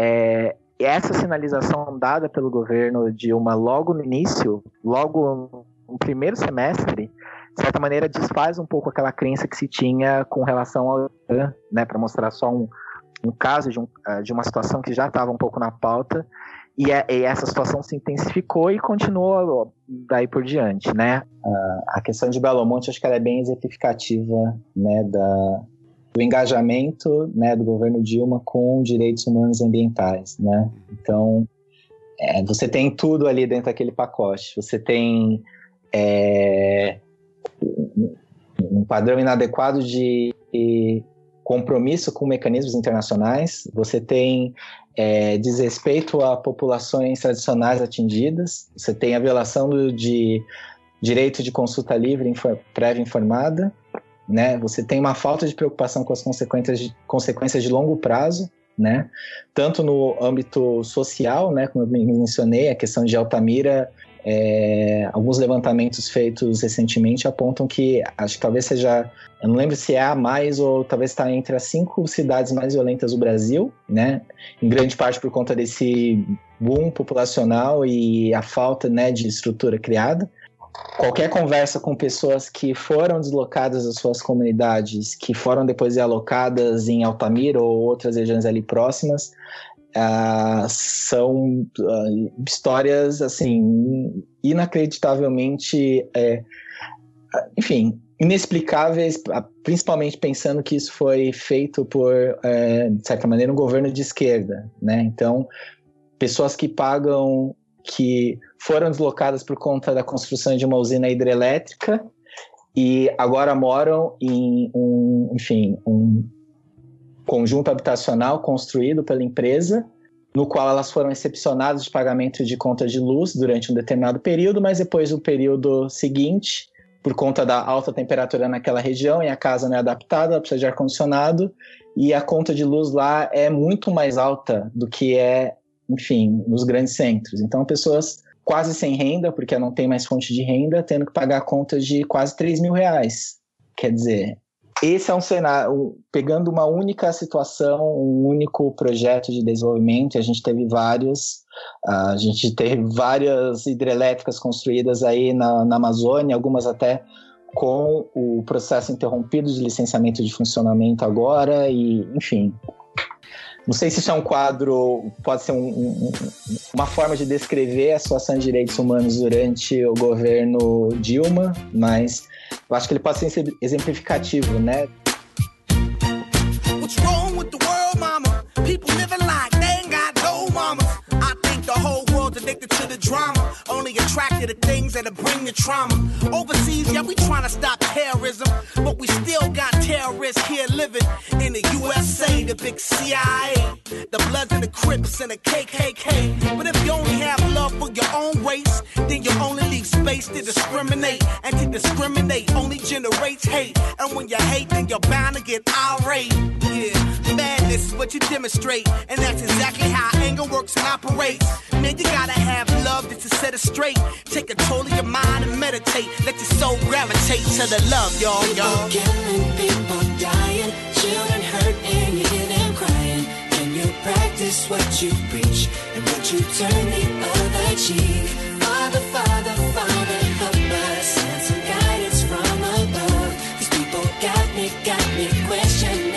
[SPEAKER 4] essa sinalização dada pelo governo Dilma logo no início, logo no primeiro semestre, de certa maneira desfaz um pouco aquela crença que se tinha com relação ao Irã, né, para mostrar só um caso de uma situação que já estava um pouco na pauta, e essa situação se intensificou e continuou daí por diante, né? A questão de Belo Monte, acho que ela é bem exemplificativa, né, do engajamento, né, do governo Dilma com direitos humanos e ambientais, né? Então, você tem tudo ali dentro daquele pacote. Você tem um padrão inadequado de compromisso com mecanismos internacionais, você tem desrespeito a populações tradicionais atingidas, você tem a violação de direito de consulta livre prévia informada, né? Você tem uma falta de preocupação com as consequências de longo prazo, né? Tanto no âmbito social, né, como eu mencionei, a questão de Altamira Alguns levantamentos feitos recentemente apontam que, acho que talvez seja, eu não lembro se é a mais ou talvez está entre as 5 cidades mais violentas do Brasil, né? Em grande parte por conta desse boom populacional e a falta, né, de estrutura criada. Qualquer conversa com pessoas que foram deslocadas das suas comunidades, que foram depois alocadas em Altamira ou outras regiões ali próximas, são histórias, assim, inacreditavelmente, enfim, inexplicáveis, principalmente pensando que isso foi feito por, de certa maneira, um governo de esquerda, né? Então, pessoas que foram deslocadas por conta da construção de uma usina hidrelétrica e agora moram em um conjunto habitacional construído pela empresa, no qual elas foram excepcionadas de pagamento de conta de luz durante um determinado período, mas depois do período seguinte, por conta da alta temperatura naquela região, e a casa não é adaptada, ela precisa de ar-condicionado, e a conta de luz lá é muito mais alta do que enfim, nos grandes centros. Então, pessoas quase sem renda, porque não tem mais fonte de renda, tendo que pagar contas de quase R$3.000. Quer dizer, esse é um cenário, pegando uma única situação, um único projeto de desenvolvimento, e a gente teve várias hidrelétricas construídas aí na Amazônia, algumas até com o processo interrompido de licenciamento de funcionamento agora, e enfim. Não sei se isso é um quadro, pode ser uma forma de descrever a situação de direitos humanos durante o governo Dilma, mas eu acho que ele pode ser exemplificativo, né? What's wrong with the world, mama? People living like they ain't got no mama. I think the whole world's addicted to the drama, only attracted to things that'll bring the trauma. Overseas, yeah, we trying to stop terrorism, but we still got terrorists here living in the USA, the big CIA, the Bloods and the Crips and the KKK. But if you only have love for your own race, then you only leave space to discriminate, and to discriminate only generates hate. And when you hate, then you're bound to get irate. Yeah, madness is what you demonstrate, and that's exactly how anger works and operates. Man, you gotta have love just to set it straight. Take control of your mind and meditate. Let your soul gravitate to the love, y'all.
[SPEAKER 7] People killing, people dying, children hurt and you hear them crying. Can you practice what you preach, and would you turn the other cheek? Father, Father, Father, help us, send some guidance from above. These people got me questioning.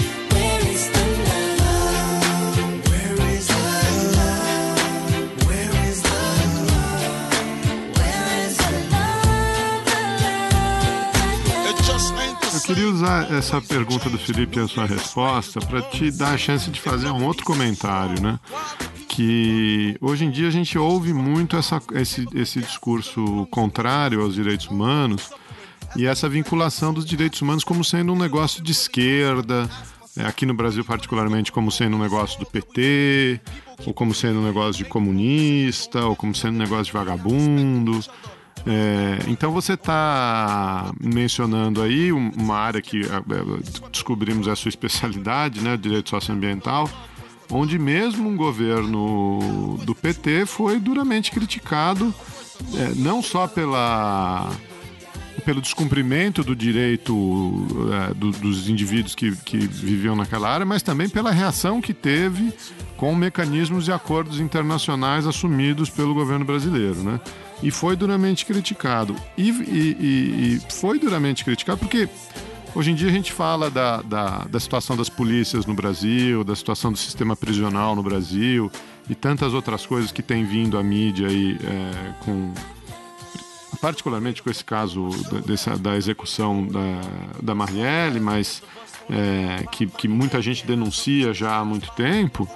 [SPEAKER 3] Eu queria usar essa pergunta do Felipe e a sua resposta para te dar a chance de fazer um outro comentário, né? Que hoje em dia a gente ouve muito esse discurso contrário aos direitos humanos e essa vinculação dos direitos humanos como sendo um negócio de esquerda, aqui no Brasil particularmente como sendo um negócio do PT, ou como sendo um negócio de comunista, ou como sendo um negócio de vagabundo. Então você está mencionando aí uma área que descobrimos a sua especialidade, né, direito socioambiental, onde mesmo um governo do PT foi duramente criticado, não só pelo descumprimento do direito dos indivíduos que viviam naquela área, mas também pela reação que teve com mecanismos e acordos internacionais assumidos pelo governo brasileiro, né? E foi duramente criticado. E foi duramente criticado porque hoje em dia a gente fala da situação das polícias no Brasil, da situação do sistema prisional no Brasil e tantas outras coisas que tem vindo à mídia aí, particularmente com esse caso da execução da Marielle, mas que muita gente denuncia já há muito tempo.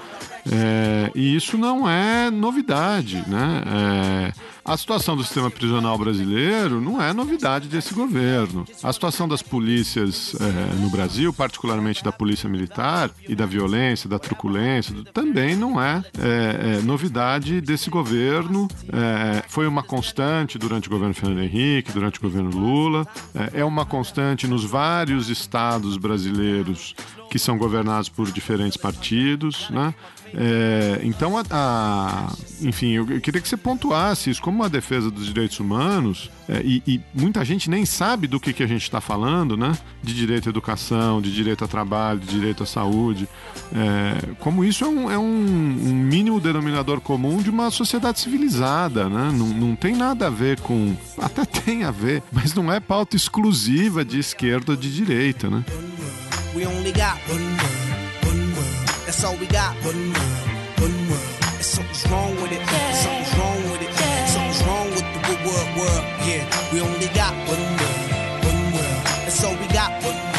[SPEAKER 3] E isso não é novidade, né? A situação do sistema prisional brasileiro não é novidade desse governo. A situação das polícias no Brasil, particularmente da polícia militar e da violência, da truculência, também não é novidade desse governo. Foi uma constante durante o governo Fernando Henrique, durante o governo Lula. É uma constante nos vários estados brasileiros que são governados por diferentes partidos, né? Então, enfim, eu queria que você pontuasse isso como uma defesa dos direitos humanos, e muita gente nem sabe do que a gente está falando, né? De direito à educação, de direito ao trabalho, de direito à saúde. Como isso é um mínimo denominador comum de uma sociedade civilizada, né? Não tem nada a ver com... Até tem a ver, mas não é pauta exclusiva de esquerda ou de direita, né?
[SPEAKER 8] We only got one world. That's all we got. One world. And something's wrong with it. Something's wrong with it. Something's wrong with the world. Yeah, we only got one world. That's all we got. One world.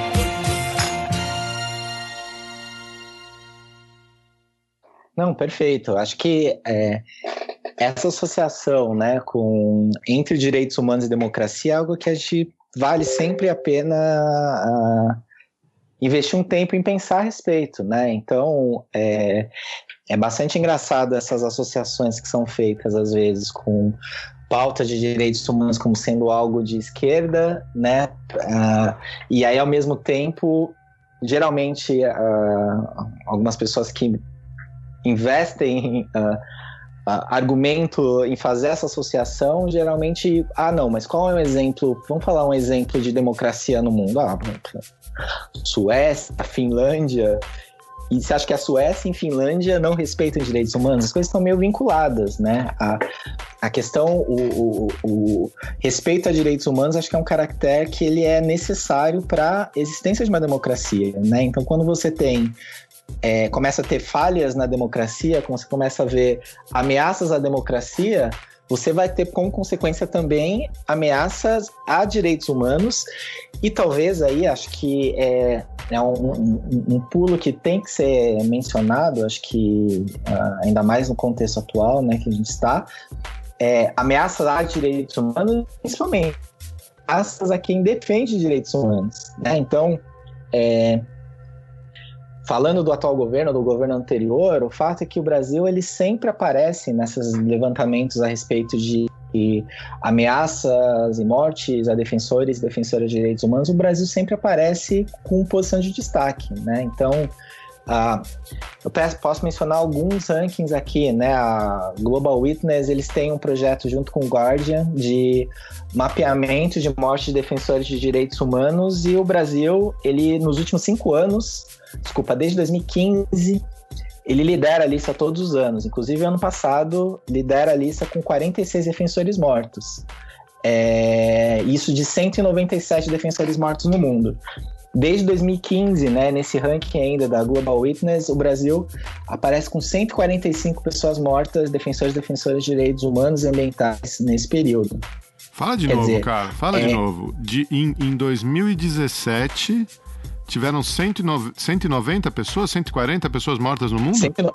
[SPEAKER 4] Não, perfeito. Acho que essa associação, né, entre direitos humanos e democracia é algo que a gente vale sempre a pena investir um tempo em pensar a respeito, né? Então, é bastante engraçado essas associações que são feitas, às vezes, com pauta de direitos humanos como sendo algo de esquerda, né? E aí, ao mesmo tempo, geralmente, algumas pessoas que investem argumento em fazer essa associação, geralmente, não, mas qual é um exemplo? Vamos falar um exemplo de democracia no mundo. Suécia, Finlândia. E você acha que a Suécia e a Finlândia não respeitam direitos humanos? As coisas estão meio vinculadas, né? A questão, o respeito a direitos humanos, acho que é um caractere que ele é necessário para a existência de uma democracia, né? Então, quando você começa a ter falhas na democracia, quando você começa a ver ameaças à democracia, você vai ter como consequência também ameaças a direitos humanos, e talvez aí, acho que é um pulo que tem que ser mencionado, acho que ainda mais no contexto atual, né, que a gente está, ameaças a direitos humanos, principalmente ameaças a quem defende direitos humanos, né? Então, falando do atual governo, do governo anterior, o fato é que o Brasil ele sempre aparece nesses levantamentos a respeito de ameaças e mortes a defensores e defensoras de direitos humanos. O Brasil sempre aparece com posição de destaque, né? Então, eu posso mencionar alguns rankings aqui, né? A Global Witness, eles têm um projeto junto com o Guardian de mapeamento de morte de defensores de direitos humanos, e o Brasil, ele nos últimos 5 anos, desde 2015, ele lidera a lista todos os anos. Inclusive, ano passado, lidera a lista com 46 defensores mortos. Isso de 197 defensores mortos no mundo. Desde 2015, né, nesse ranking ainda da Global Witness, o Brasil aparece com 145 pessoas mortas, defensores e defensoras de direitos humanos e ambientais nesse período.
[SPEAKER 3] Fala de novo, cara. Fala de novo. Em 2017... tiveram 190 pessoas, 140 pessoas mortas no mundo?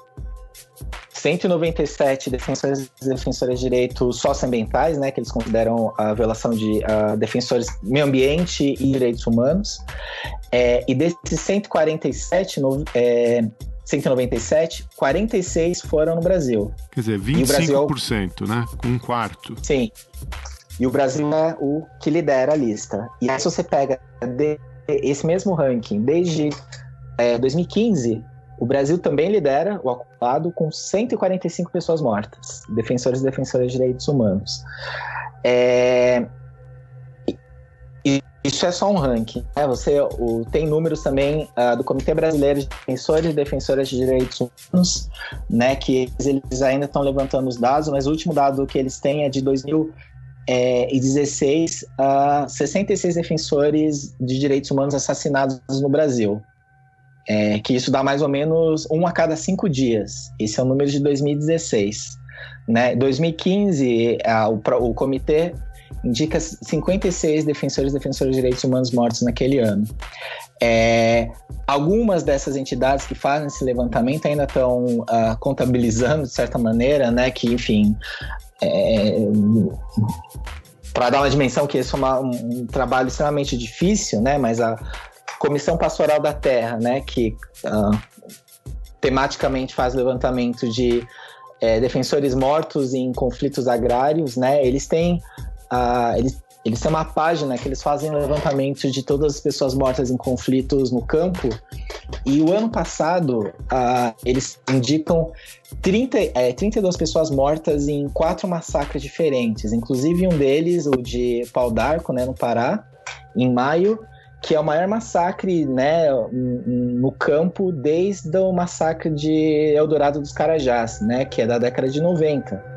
[SPEAKER 4] 197 defensores e defensoras de direitos socioambientais, né, que eles consideram a violação de defensores do meio ambiente e direitos humanos. E desses 197, 46 foram no Brasil.
[SPEAKER 3] Quer dizer, 25%, né? Um quarto.
[SPEAKER 4] Sim. E o Brasil é o que lidera a lista. E aí, se você pega esse mesmo ranking, desde 2015, o Brasil também lidera o acumulado com 145 pessoas mortas, defensores e defensoras de direitos humanos. Isso é só um ranking, né? Tem números também do Comitê Brasileiro de Defensores e Defensoras de Direitos Humanos, né, que eles ainda estão levantando os dados, mas o último dado que eles têm é de 2016, 66 defensores de direitos humanos assassinados no Brasil. Que isso dá mais ou menos 1 a cada 5 dias. Esse é o número de 2016. Né? 2015, o comitê indica 56 defensores e defensoras de direitos humanos mortos naquele ano. Algumas dessas entidades que fazem esse levantamento ainda estão contabilizando, de certa maneira, né, que, enfim... para dar uma dimensão que esse é um trabalho extremamente difícil, né? Mas a Comissão Pastoral da Terra, né, que tematicamente faz levantamento de defensores mortos em conflitos agrários, né? Eles têm uma página que eles fazem levantamento de todas as pessoas mortas em conflitos no campo, E o ano passado, eles indicam 32 pessoas mortas em 4 massacres diferentes, inclusive um deles, o de Pau d'Arco, né, no Pará, em maio, que é o maior massacre, né, no campo desde o massacre de Eldorado dos Carajás, né, que é da década de 90.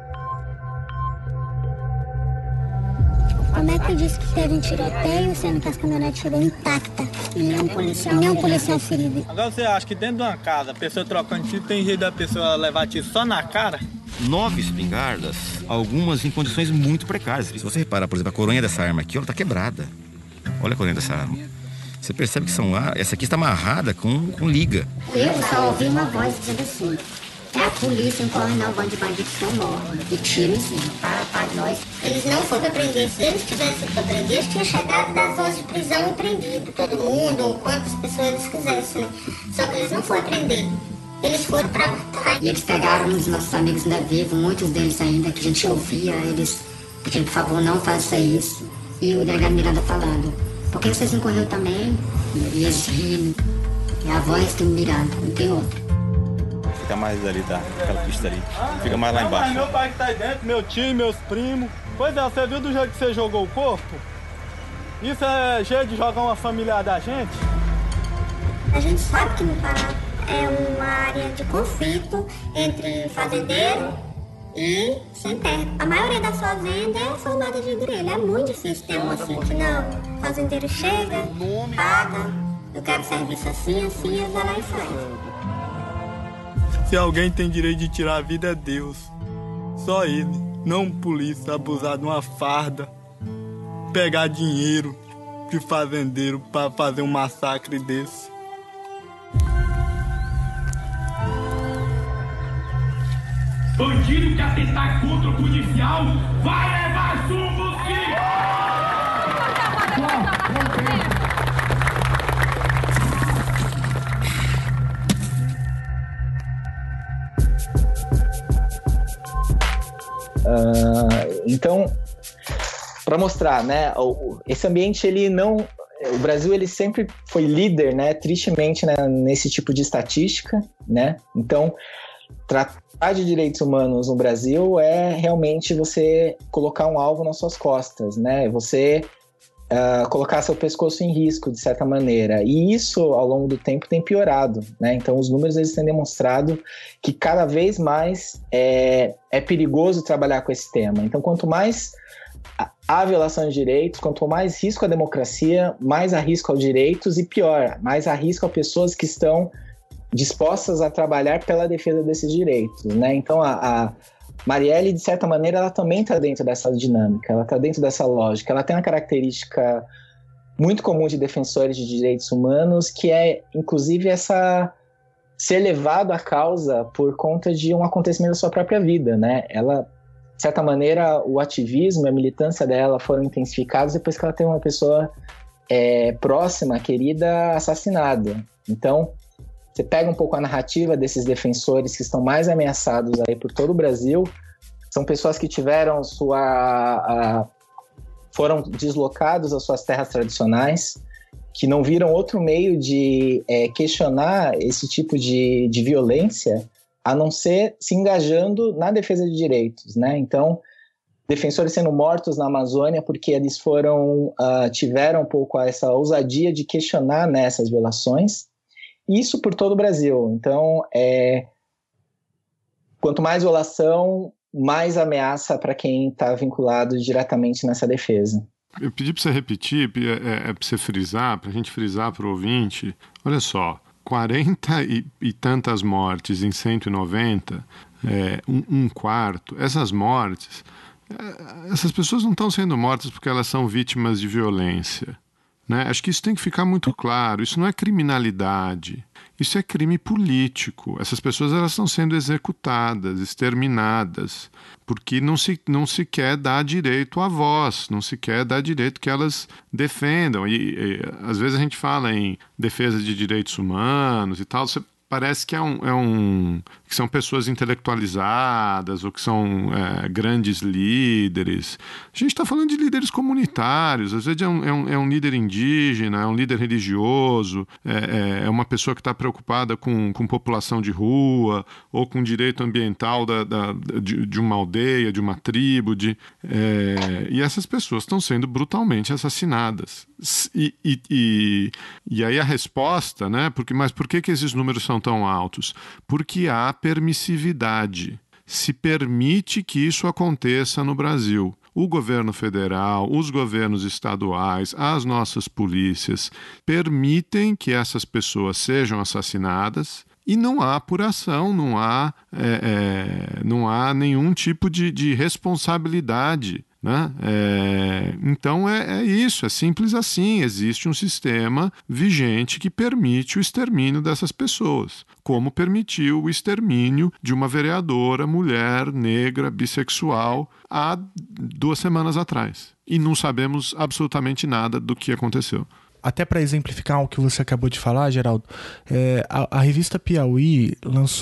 [SPEAKER 9] Como é que disse que teve um tiroteio, sendo que as caminhonetes chegou intacta e nenhum policial ferido?
[SPEAKER 10] Agora você acha que dentro de uma casa, a pessoa trocando tiro, tem jeito da pessoa levar tiro só na cara?
[SPEAKER 11] 9 espingardas, algumas em condições muito precárias. Se você reparar, por exemplo, a coronha dessa arma aqui, ela tá quebrada. Olha a coronha dessa arma. Você percebe que essa aqui está amarrada com liga.
[SPEAKER 9] Eu só ouvi uma voz dizendo assim: é a polícia, corre não, bando de bandidos que morrem. E tiro em cima, para nós. Eles não foram pra prender. Se eles tivessem pra prender, eles tinham chegado das horas de prisão e prendido todo mundo, ou quantas pessoas eles quisessem. Só que eles não foram prender. Eles foram pra matar. E eles pegaram uns nossos amigos ainda vivos, muitos deles ainda, que a gente ouvia, eles pedindo, por favor, não faça isso. E o delegado Miranda falando: por que vocês não correram também? E eles rindo. É a voz do Miranda, não tem outra.
[SPEAKER 10] Fica mais ali, tá? Aquela pista ali. Fica mais lá embaixo. Meu pai que tá aí dentro, meu tio, meus primos. Pois é, você viu do jeito que você jogou o corpo? Isso é jeito de jogar uma família da gente?
[SPEAKER 9] A gente sabe que no Pará é uma área de conflito entre fazendeiro e sem terra. A maioria das fazendas é formada de grelha. É muito difícil ter uma assim que não. O fazendeiro chega, paga, eu quero serviço assim, assim, vai lá e faz.
[SPEAKER 10] Se alguém tem direito de tirar a vida é Deus. Só ele, não polícia abusar de uma farda, pegar dinheiro de fazendeiro para fazer um massacre desse.
[SPEAKER 12] Bandido que atentar contra o policial vai levar chumbo,
[SPEAKER 4] Então, para mostrar, né, esse ambiente, ele não... O Brasil, ele sempre foi líder, né, tristemente, né, nesse tipo de estatística, né? Então, tratar de direitos humanos no Brasil é realmente você colocar um alvo nas suas costas, né? Você colocar seu pescoço em risco, de certa maneira. E isso, ao longo do tempo, tem piorado, né? Então, os números, eles têm demonstrado que cada vez mais é perigoso trabalhar com esse tema. Então, quanto mais há violação de direitos, quanto mais risco à democracia, mais há risco aos direitos e, pior, mais há risco a pessoas que estão dispostas a trabalhar pela defesa desses direitos, né? Então, a Marielle, de certa maneira, ela também está dentro dessa dinâmica, ela está dentro dessa lógica. Ela tem uma característica muito comum de defensores de direitos humanos, que é, inclusive, ser levado à causa por conta de um acontecimento da sua própria vida, né? Ela, de certa maneira, o ativismo e a militância dela foram intensificados depois que ela teve uma pessoa próxima, querida, assassinada. Então, você pega um pouco a narrativa desses defensores que estão mais ameaçados aí por todo o Brasil, são pessoas que tiveram foram deslocados às suas terras tradicionais, que não viram outro meio de questionar esse tipo de violência, a não ser se engajando na defesa de direitos, né? Então, defensores sendo mortos na Amazônia porque eles tiveram um pouco essa ousadia de questionar, né, essas violações. Isso por todo o Brasil. Então, quanto mais violação, mais ameaça para quem está vinculado diretamente nessa defesa.
[SPEAKER 3] Eu pedi para você repetir, para você frisar, para a gente frisar para o ouvinte. Olha só, 40 e tantas mortes em 190, um quarto. Essas mortes, essas pessoas não estão sendo mortas porque elas são vítimas de violência. Né? Acho que isso tem que ficar muito claro. Isso não é criminalidade, isso é crime político. Essas pessoas, elas estão sendo executadas, exterminadas, porque não se quer dar direito à voz, não se quer dar direito que elas defendam. E às vezes a gente fala em defesa de direitos humanos e tal, parece que que são pessoas intelectualizadas ou que são grandes líderes. A gente está falando de líderes comunitários, às vezes é um líder indígena, é um líder religioso, é uma pessoa que está preocupada com população de rua ou com direito ambiental de uma aldeia, de uma tribo. E essas pessoas estão sendo brutalmente assassinadas. E aí a resposta, né? Mas por que esses números são tão altos? Porque há permissividade. Se permite que isso aconteça no Brasil. O governo federal, os governos estaduais, as nossas polícias permitem que essas pessoas sejam assassinadas e não há apuração, não há nenhum tipo de responsabilidade. Né? Então é isso, é simples assim. Existe um sistema vigente que permite o extermínio dessas pessoas, como permitiu o extermínio de uma vereadora mulher, negra, bissexual há 2 semanas atrás. E não sabemos absolutamente nada do que aconteceu.
[SPEAKER 2] Até para exemplificar o que você acabou de falar, Geraldo, a revista Piauí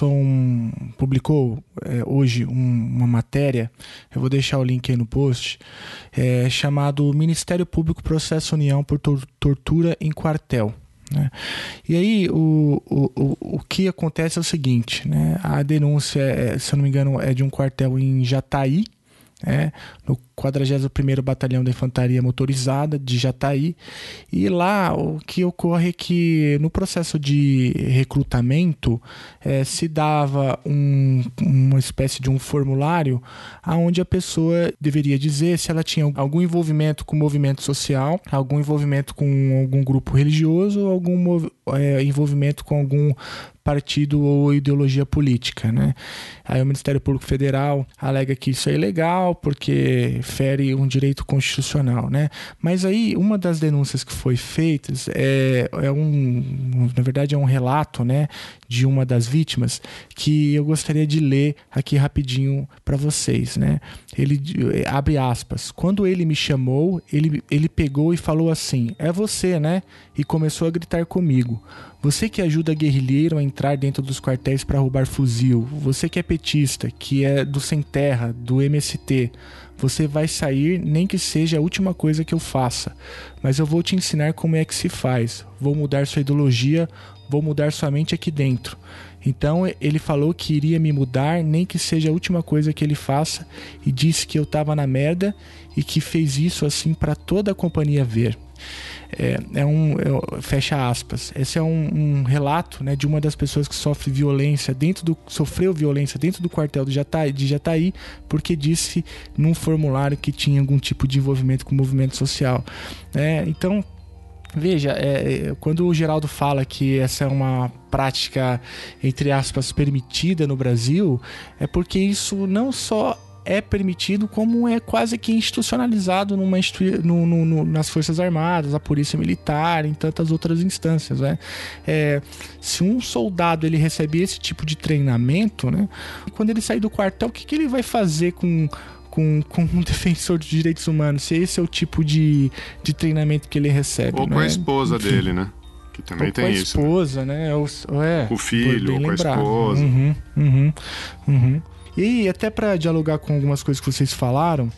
[SPEAKER 2] publicou hoje uma matéria, eu vou deixar o link aí no post, chamado Ministério Público Processa União por Tortura em Quartel. Né? E aí o que acontece é o seguinte, né? A denúncia, se eu não me engano, é de um quartel em Jataí, no 41º Batalhão da Infantaria Motorizada de Jataí, e lá o que ocorre é que no processo de recrutamento se dava uma espécie de um formulário onde a pessoa deveria dizer se ela tinha algum envolvimento com movimento social, algum envolvimento com algum grupo religioso ou algum envolvimento com algum partido ou ideologia política, né? Aí o Ministério Público Federal alega que isso é ilegal porque fere um direito constitucional, né? Mas aí uma das denúncias que foi feita na verdade é um relato, né, de uma das vítimas que eu gostaria de ler aqui rapidinho para vocês, né? Ele abre aspas: quando ele me chamou, ele pegou e falou assim: é você, né? E começou a gritar comigo. Você que ajuda guerrilheiro a entrar dentro dos quartéis para roubar fuzil, você que é petista, que é do Sem Terra, do MST, você vai sair nem que seja a última coisa que eu faça, mas eu vou te ensinar como é que se faz, vou mudar sua ideologia, vou mudar sua mente aqui dentro. Então ele falou que iria me mudar nem que seja a última coisa que ele faça e disse que eu tava na merda e que fez isso assim para toda a companhia ver. Fecha aspas. Esse é um relato, né, de uma das pessoas que sofreu violência dentro do quartel de Jataí, porque disse num formulário que tinha algum tipo de envolvimento com o movimento social. Então, veja, quando o Geraldo fala que essa é uma prática, entre aspas, permitida no Brasil, é porque isso não só é permitido, como é quase que institucionalizado nas Forças Armadas, a Polícia Militar, em tantas outras instâncias, né? Se um soldado ele recebe esse tipo de treinamento, né, quando ele sair do quartel, o que ele vai fazer com um defensor de direitos humanos, se esse é o tipo de treinamento que ele recebe?
[SPEAKER 3] Ou com a esposa dele, né? Que também tem isso.
[SPEAKER 2] Com a esposa, né?
[SPEAKER 3] Com o filho, ou com a esposa.
[SPEAKER 2] E até para dialogar com algumas coisas que vocês falaram,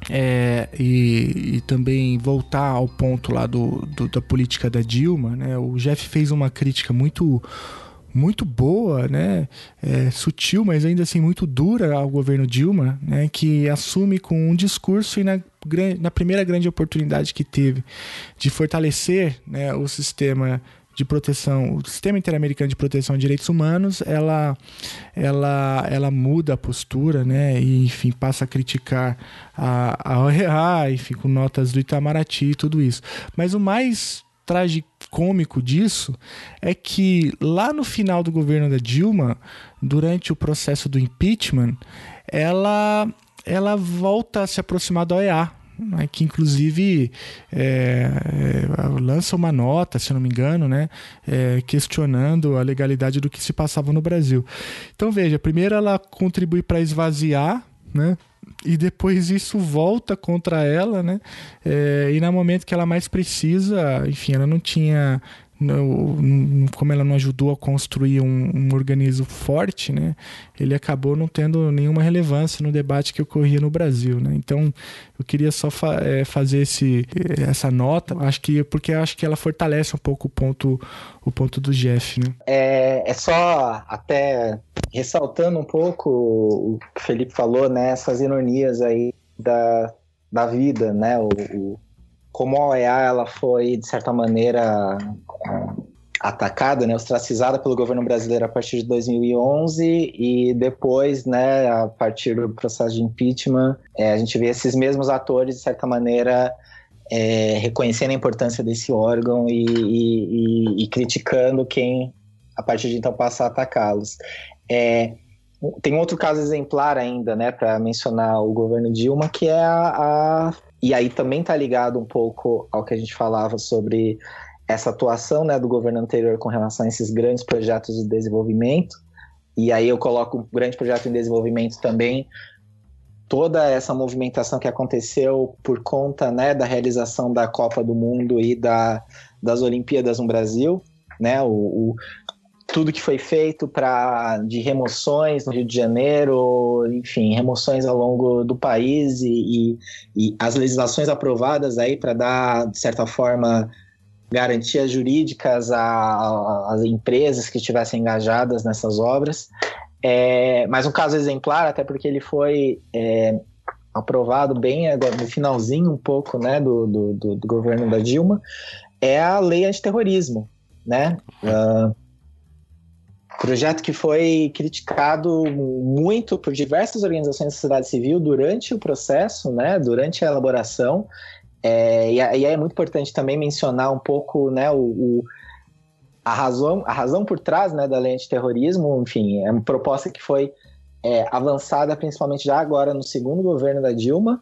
[SPEAKER 2] e também voltar ao ponto lá da política da Dilma, né? O Jeff fez uma crítica muito boa, né? Sutil, mas ainda assim muito dura ao governo Dilma, né? Que assume com um discurso e na primeira grande oportunidade que teve de fortalecer, né, o sistema de proteção, o Sistema Interamericano de Proteção de Direitos Humanos, ela muda a postura, né, e enfim, passa a criticar a OEA, enfim, com notas do Itamaraty e tudo isso. Mas o mais tragicômico disso é que lá no final do governo da Dilma, durante o processo do impeachment, ela volta a se aproximar da OEA, que inclusive lança uma nota, se não me engano, né, questionando a legalidade do que se passava no Brasil. Então veja, primeiro ela contribui para esvaziar, né, e depois isso volta contra ela, né, e no momento que ela mais precisa, enfim, ela não tinha como ela não ajudou a construir um organismo forte, né, ele acabou não tendo nenhuma relevância no debate que ocorria no Brasil, né? Então, eu queria só fazer essa nota, porque acho que ela fortalece um pouco o ponto do Jeff, né?
[SPEAKER 4] É só até ressaltando um pouco o que o Felipe falou, né, essas ironias aí da vida, né, como a OEA ela foi, de certa maneira, atacada, né, ostracizada pelo governo brasileiro a partir de 2011 e depois, né, a partir do processo de impeachment, a gente vê esses mesmos atores, de certa maneira, reconhecendo a importância desse órgão e criticando quem, a partir de então, passa a atacá-los. Tem outro caso exemplar ainda, né, para mencionar o governo Dilma, que é e aí também está ligado um pouco ao que a gente falava sobre essa atuação, né, do governo anterior com relação a esses grandes projetos de desenvolvimento. E aí eu coloco um grande projeto em desenvolvimento também, toda essa movimentação que aconteceu por conta, né, da realização da Copa do Mundo e das Olimpíadas no Brasil, né, tudo que foi feito de remoções no Rio de Janeiro, enfim, remoções ao longo do país e as legislações aprovadas aí para dar, de certa forma, garantias jurídicas às empresas que estivessem engajadas nessas obras. Mas um caso exemplar, até porque ele foi aprovado bem no finalzinho um pouco, né, do governo da Dilma, é a Lei Antiterrorismo, né? Projeto que foi criticado muito por diversas organizações da sociedade civil durante o processo, né, durante a elaboração, e aí é muito importante também mencionar um pouco, né, a razão por trás, né, da lei antiterrorismo. Enfim, é uma proposta que foi avançada principalmente já agora no segundo governo da Dilma.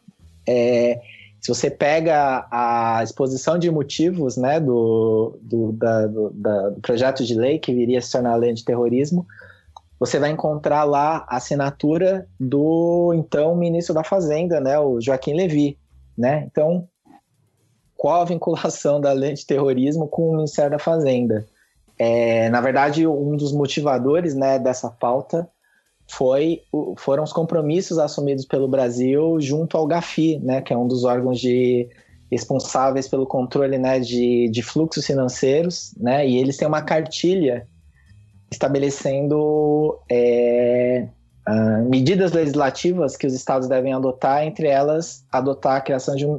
[SPEAKER 4] Se você pega a exposição de motivos, né, do projeto de lei que viria a se tornar a lei antiterrorismo, você vai encontrar lá a assinatura do então ministro da Fazenda, né, o Joaquim Levy, né? Então, qual a vinculação da lei antiterrorismo com o Ministério da Fazenda? Na verdade, um dos motivadores, né, dessa pauta foram os compromissos assumidos pelo Brasil junto ao GAFI, né, que é um dos órgãos responsáveis pelo controle, né, de fluxos financeiros, né, e eles têm uma cartilha estabelecendo medidas legislativas que os estados devem adotar, entre elas adotar a criação de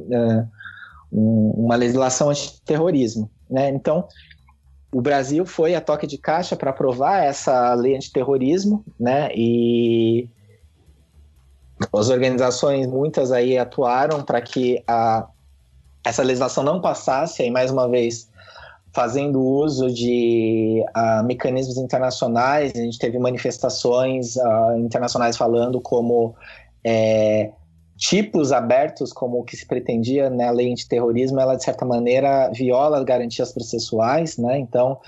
[SPEAKER 4] uma legislação antiterrorismo, né? Então, o Brasil foi a toque de caixa para aprovar essa lei antiterrorismo, né? E as organizações, muitas aí, atuaram para que essa legislação não passasse, aí mais uma vez fazendo uso de mecanismos internacionais. A gente teve manifestações internacionais falando como tipos abertos, como o que se pretendia, né, a lei antiterrorismo, ela de certa maneira viola as garantias processuais, né? Então,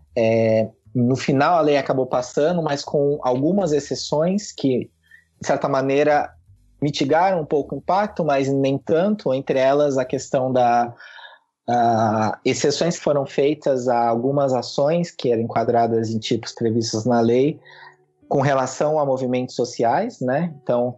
[SPEAKER 4] no final a lei acabou passando, mas com algumas exceções que, de certa maneira, mitigaram um pouco o impacto, mas nem tanto, entre elas a questão exceções que foram feitas a algumas ações que eram enquadradas em tipos previstos na lei com relação a movimentos sociais, né? Então,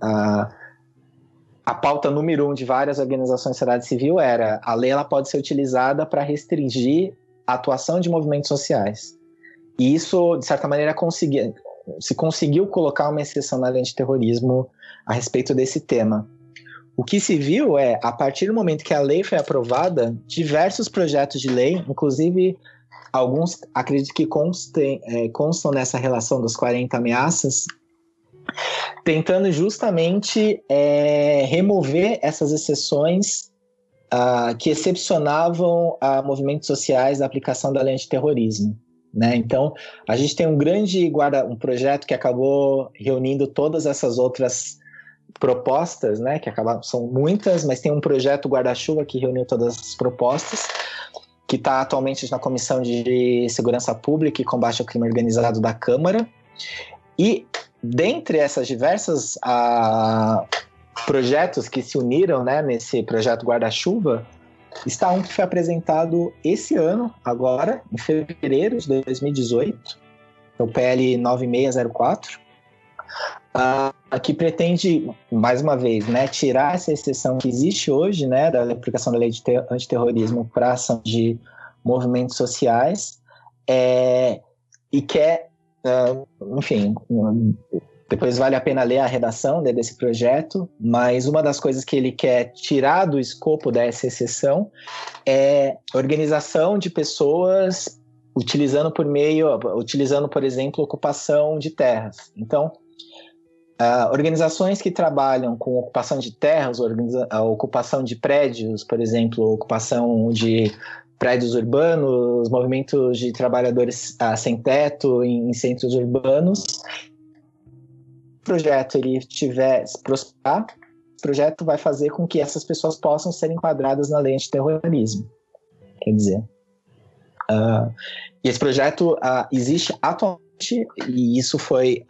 [SPEAKER 4] a pauta número 1 de várias organizações da sociedade civil era: a lei ela pode ser utilizada para restringir a atuação de movimentos sociais. E isso, de certa maneira, se conseguiu colocar uma exceção na lei antiterrorismo a respeito desse tema. O que se viu a partir do momento que a lei foi aprovada, diversos projetos de lei, inclusive alguns, acredito que constam nessa relação das 40 ameaças, tentando justamente remover essas exceções que excepcionavam a movimentos sociais da aplicação da lei antiterrorismo, né? Então, a gente tem um projeto que acabou reunindo todas essas outras propostas, né? Que são muitas, mas tem um projeto guarda-chuva que reuniu todas as propostas, que está atualmente na Comissão de Segurança Pública e Combate ao Crime Organizado da Câmara. E dentre essas diversas projetos que se uniram, né, nesse projeto guarda-chuva, está um que foi apresentado esse ano, agora, em fevereiro de 2018, o PL 9604, que pretende, mais uma vez, né, tirar essa exceção que existe hoje, né, da aplicação da lei de antiterrorismo para a ação de movimentos sociais, e quer, enfim, depois vale a pena ler a redação, né, desse projeto, mas uma das coisas que ele quer tirar do escopo dessa exceção é a organização de pessoas utilizando, por exemplo, ocupação de terras. Então, organizações que trabalham com ocupação de terras, a ocupação de prédios, por exemplo, ocupação de prédios urbanos, movimentos de trabalhadores sem teto em centros urbanos. Se o projeto ele tiver se prosperar, esse projeto vai fazer com que essas pessoas possam ser enquadradas na lei antiterrorismo. Quer dizer, e esse projeto existe atualmente, e isso foi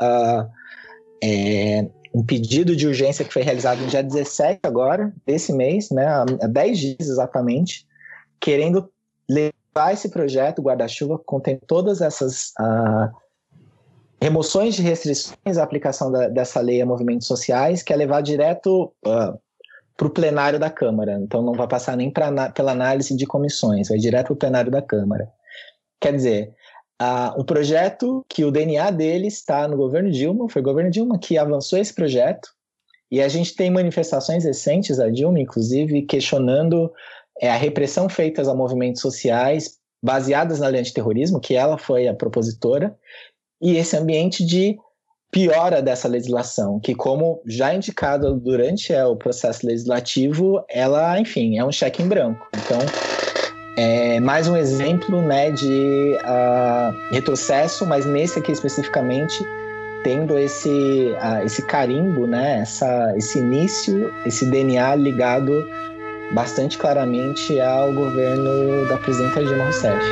[SPEAKER 4] um pedido de urgência que foi realizado no dia 17 agora, desse mês, né, há 10 dias exatamente, querendo levar esse projeto, o guarda-chuva, contém todas essas remoções de restrições à aplicação dessa lei a movimentos sociais, que é levar direto para o plenário da Câmara. Então não vai passar nem pela análise de comissões, vai direto para o plenário da Câmara. Quer dizer, um projeto que o DNA dele está no governo Dilma, foi o governo Dilma que avançou esse projeto, e a gente tem manifestações recentes da Dilma, inclusive, questionando a repressão feita a movimentos sociais baseadas na lei antiterrorismo, que ela foi a propositora, e esse ambiente de piora dessa legislação, que, como já indicado durante o processo legislativo, ela, enfim, é um cheque em branco. Então, é mais um exemplo, né, de retrocesso, mas nesse aqui especificamente, tendo esse carimbo, né, esse início, esse DNA ligado bastante claramente ao governo da presidenta Dilma Rousseff.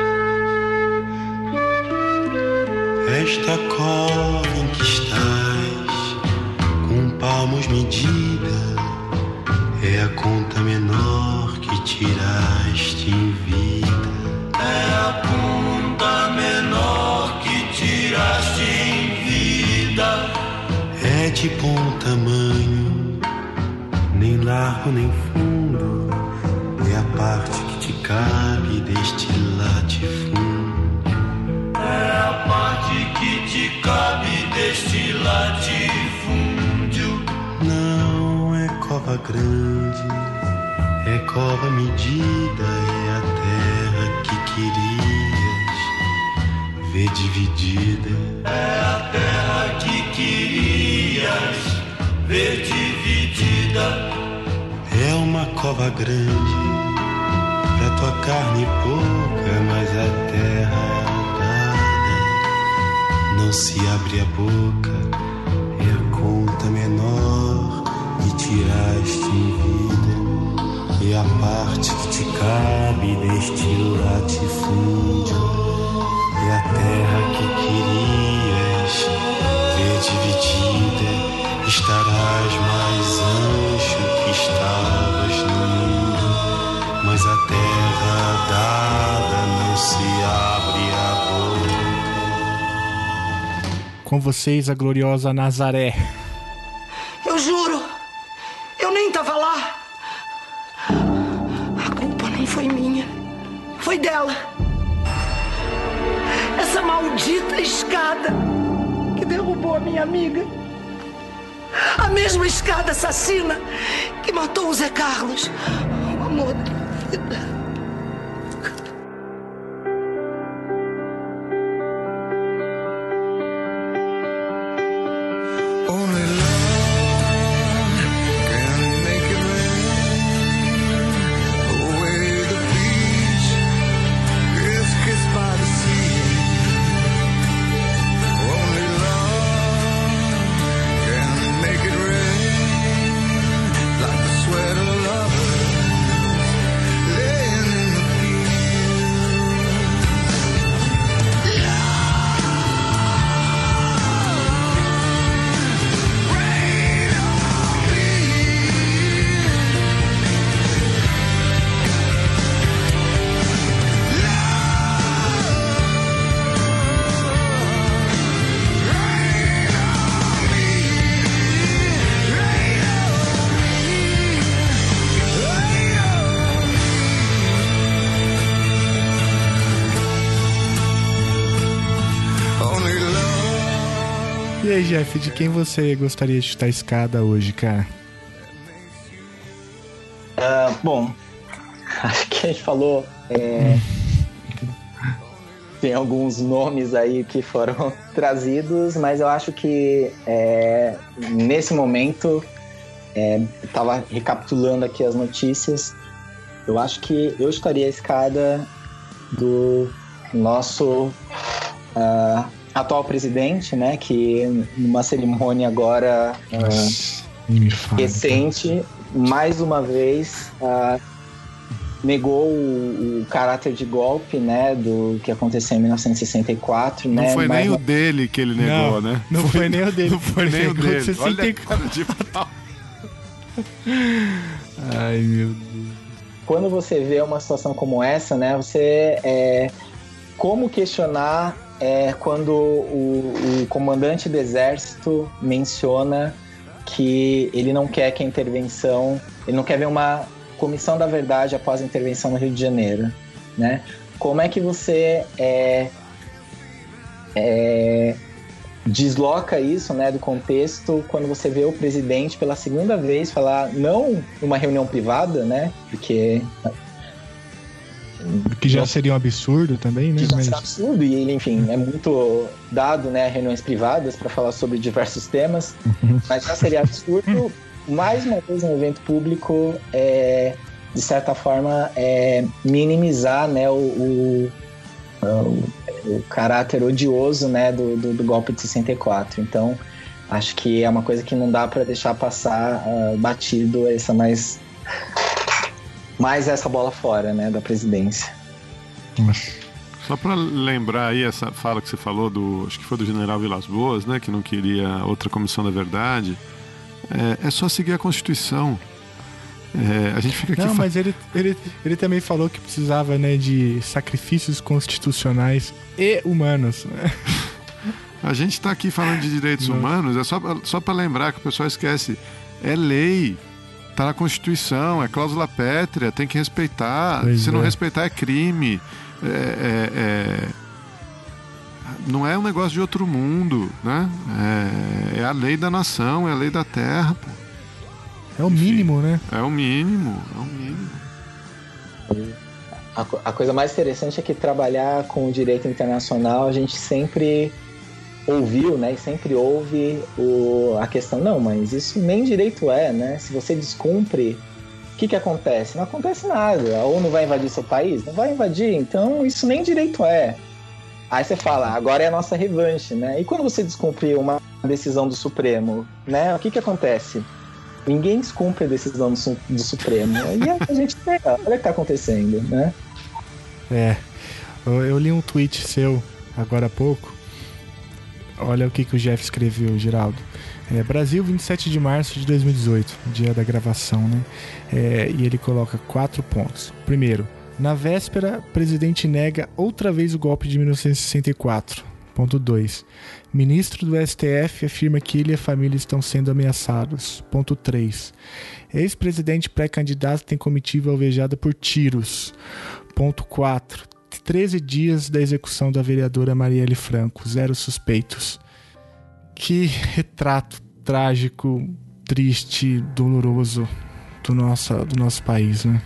[SPEAKER 13] Esta cova em que estás, com palmos medida, é a conta menor que tiraste em vida. É a conta menor que tiraste em vida. É de bom tamanho, nem largo nem fundo, é a parte que te cabe deste latifúndio. É a parte que te cabe deste latifúndio. Não é cova grande, é cova medida, é a terra que querias ver dividida. É a terra que querias ver dividida. É uma cova grande, pra tua carne pouca, mas a terra não se abre a boca, é a conta menor que tiraste em vida, é a parte que te cabe deste latifúndio, é a terra que querias ver dividida, estarás mais ancho que estavas no mundo, mas a terra dada não se abre a boca.
[SPEAKER 2] Com vocês, a gloriosa Nazaré.
[SPEAKER 14] Eu juro, eu nem tava lá. A culpa nem foi minha, foi dela. Essa maldita escada que derrubou a minha amiga. A mesma escada assassina que matou o Zé Carlos, o amor da vida.
[SPEAKER 13] Rain
[SPEAKER 2] você, Jeff, de quem você gostaria de chutar a escada hoje, cara?
[SPEAKER 4] Bom, acho que a gente falou. Tem alguns nomes aí que foram trazidos, mas eu acho que nesse momento, estava recapitulando aqui as notícias, eu acho que eu estaria a escada do nosso atual presidente, né, que numa cerimônia agora recente, mais uma vez negou o caráter de golpe, né, do que aconteceu em 1964,
[SPEAKER 3] não,
[SPEAKER 4] né?
[SPEAKER 3] foi nem o dele que ele negou, né?
[SPEAKER 2] Não foi nem o dele.
[SPEAKER 3] Não foi nem o dele.
[SPEAKER 2] 64.
[SPEAKER 3] Olha a cara de pau.
[SPEAKER 2] Ai, meu Deus.
[SPEAKER 4] Quando você vê uma situação como essa, né, você como questionar quando o comandante do exército menciona que ele não quer que a intervenção, ele não quer ver uma comissão da verdade após a intervenção no Rio de Janeiro, né? Como é que você desloca isso, né, do contexto quando você vê o presidente pela segunda vez falar, não numa reunião privada, né? Porque
[SPEAKER 2] que já seria um absurdo também, né?
[SPEAKER 4] Que já seria um absurdo, e ele, enfim, é muito dado, né, a reuniões privadas para falar sobre diversos temas, mas já seria absurdo, mais uma vez, um evento público, de certa forma, minimizar, né, o caráter odioso, né, do golpe de 64. Então, acho que é uma coisa que não dá para deixar passar batido mais essa bola fora, né, da presidência.
[SPEAKER 3] Só para lembrar aí essa fala que você falou acho que foi do general Vilas Boas, né, que não queria outra comissão da verdade. É só seguir a Constituição. A gente fica aqui.
[SPEAKER 2] Não, mas ele também falou que precisava, né, de sacrifícios constitucionais e humanos.
[SPEAKER 3] A gente está aqui falando de direitos humanos, só para lembrar que o pessoal esquece. É lei. Tá na Constituição, é cláusula pétrea, tem que respeitar. Se não respeitar, é crime. Não é um negócio de outro mundo, né? É a lei da nação, é a lei da terra, pô.
[SPEAKER 2] É o mínimo, né?
[SPEAKER 3] É o mínimo.
[SPEAKER 4] A coisa mais interessante é que trabalhar com o direito internacional, a gente sempre ouviu, né, e sempre ouve a questão, não, mas isso nem direito né? Se você descumpre, o que acontece? Não acontece nada. A ONU vai invadir seu país? Não vai invadir, então isso nem direito Aí você fala, agora é a nossa revanche, né? E quando você descumpre uma decisão do Supremo, né, o que acontece? Ninguém descumpre a decisão do Supremo. E a gente olha o que tá acontecendo, né?
[SPEAKER 2] Eu li um tweet seu agora há pouco. Olha o que o Jeff escreveu, Geraldo. Brasil, 27 de março de 2018, dia da gravação, né? E ele coloca 4 pontos. Primeiro, na véspera, presidente nega outra vez o golpe de 1964. Ponto 2. Ministro do STF afirma que ele e a família estão sendo ameaçados. Ponto 3. Ex-presidente pré-candidato tem comitiva alvejada por tiros. Ponto 4. 13 dias da execução da vereadora Marielle Franco. 0 suspeitos. Que retrato trágico, triste, doloroso do nosso país, né?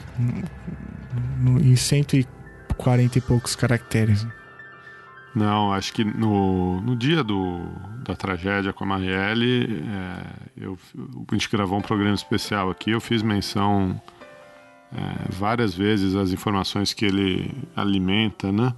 [SPEAKER 2] Em 140 e poucos caracteres.
[SPEAKER 3] Não, acho que no dia da tragédia com a Marielle, a gente gravou um programa especial aqui, eu fiz menção várias vezes às informações que ele alimenta, né?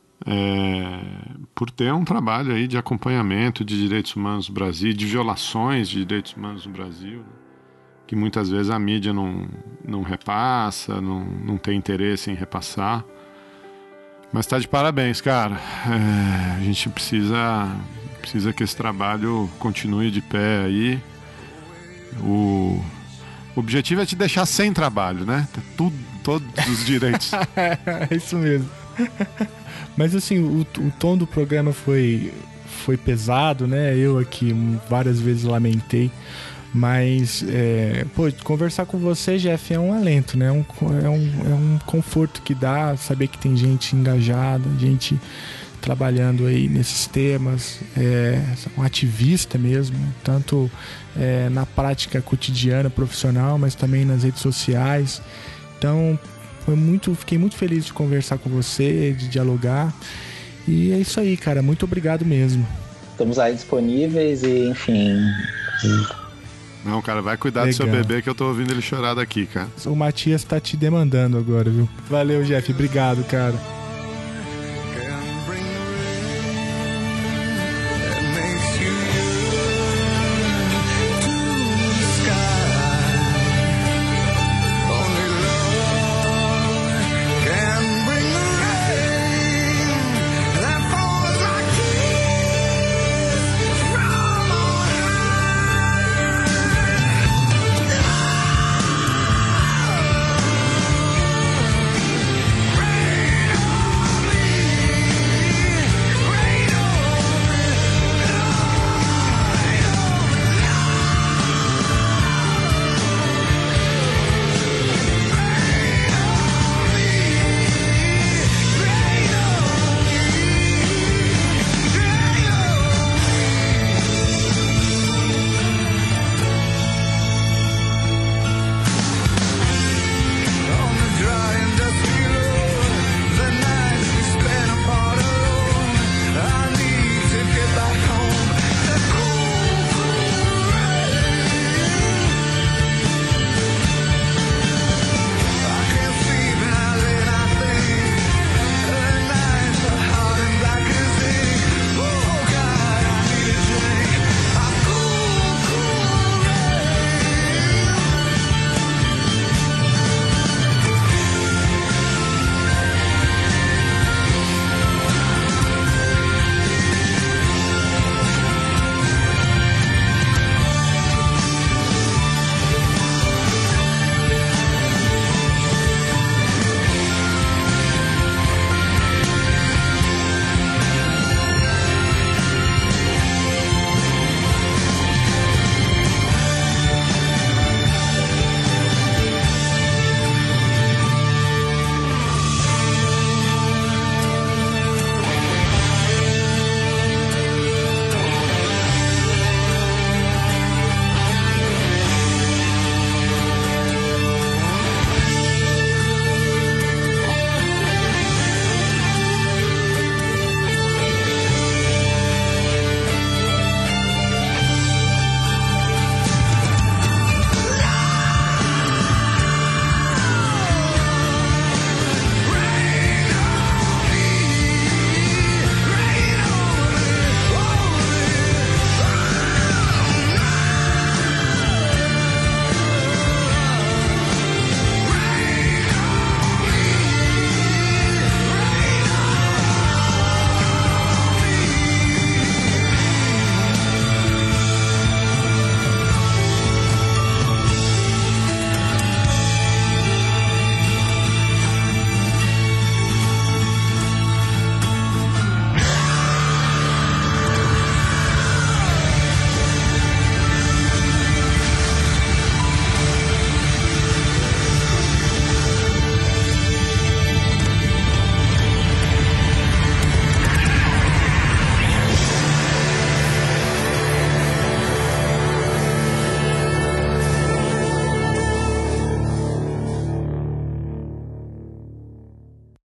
[SPEAKER 3] Por ter um trabalho aí de acompanhamento de direitos humanos no Brasil, de violações de direitos humanos no Brasil, que muitas vezes a mídia não repassa, não tem interesse em repassar. Mas tá de parabéns, cara. A gente precisa que esse trabalho continue de pé aí. O objetivo é te deixar sem trabalho, né? Todos os direitos.
[SPEAKER 2] É isso mesmo. Mas assim, o tom do programa foi pesado, né? Eu aqui várias vezes lamentei. Mas, conversar com você, Jeff, é um alento, né? É um conforto que dá saber que tem gente engajada, gente trabalhando aí nesses temas, um ativista mesmo, tanto na prática cotidiana, profissional, mas também nas redes sociais. Então, fiquei muito feliz de conversar com você, de dialogar. E é isso aí, cara. Muito obrigado mesmo.
[SPEAKER 4] Estamos aí disponíveis e, enfim...
[SPEAKER 3] Não, cara, vai cuidar do seu bebê que eu tô ouvindo ele chorar daqui, cara.
[SPEAKER 2] O Matias tá te demandando agora, viu? Valeu, Jeff. Obrigado, cara.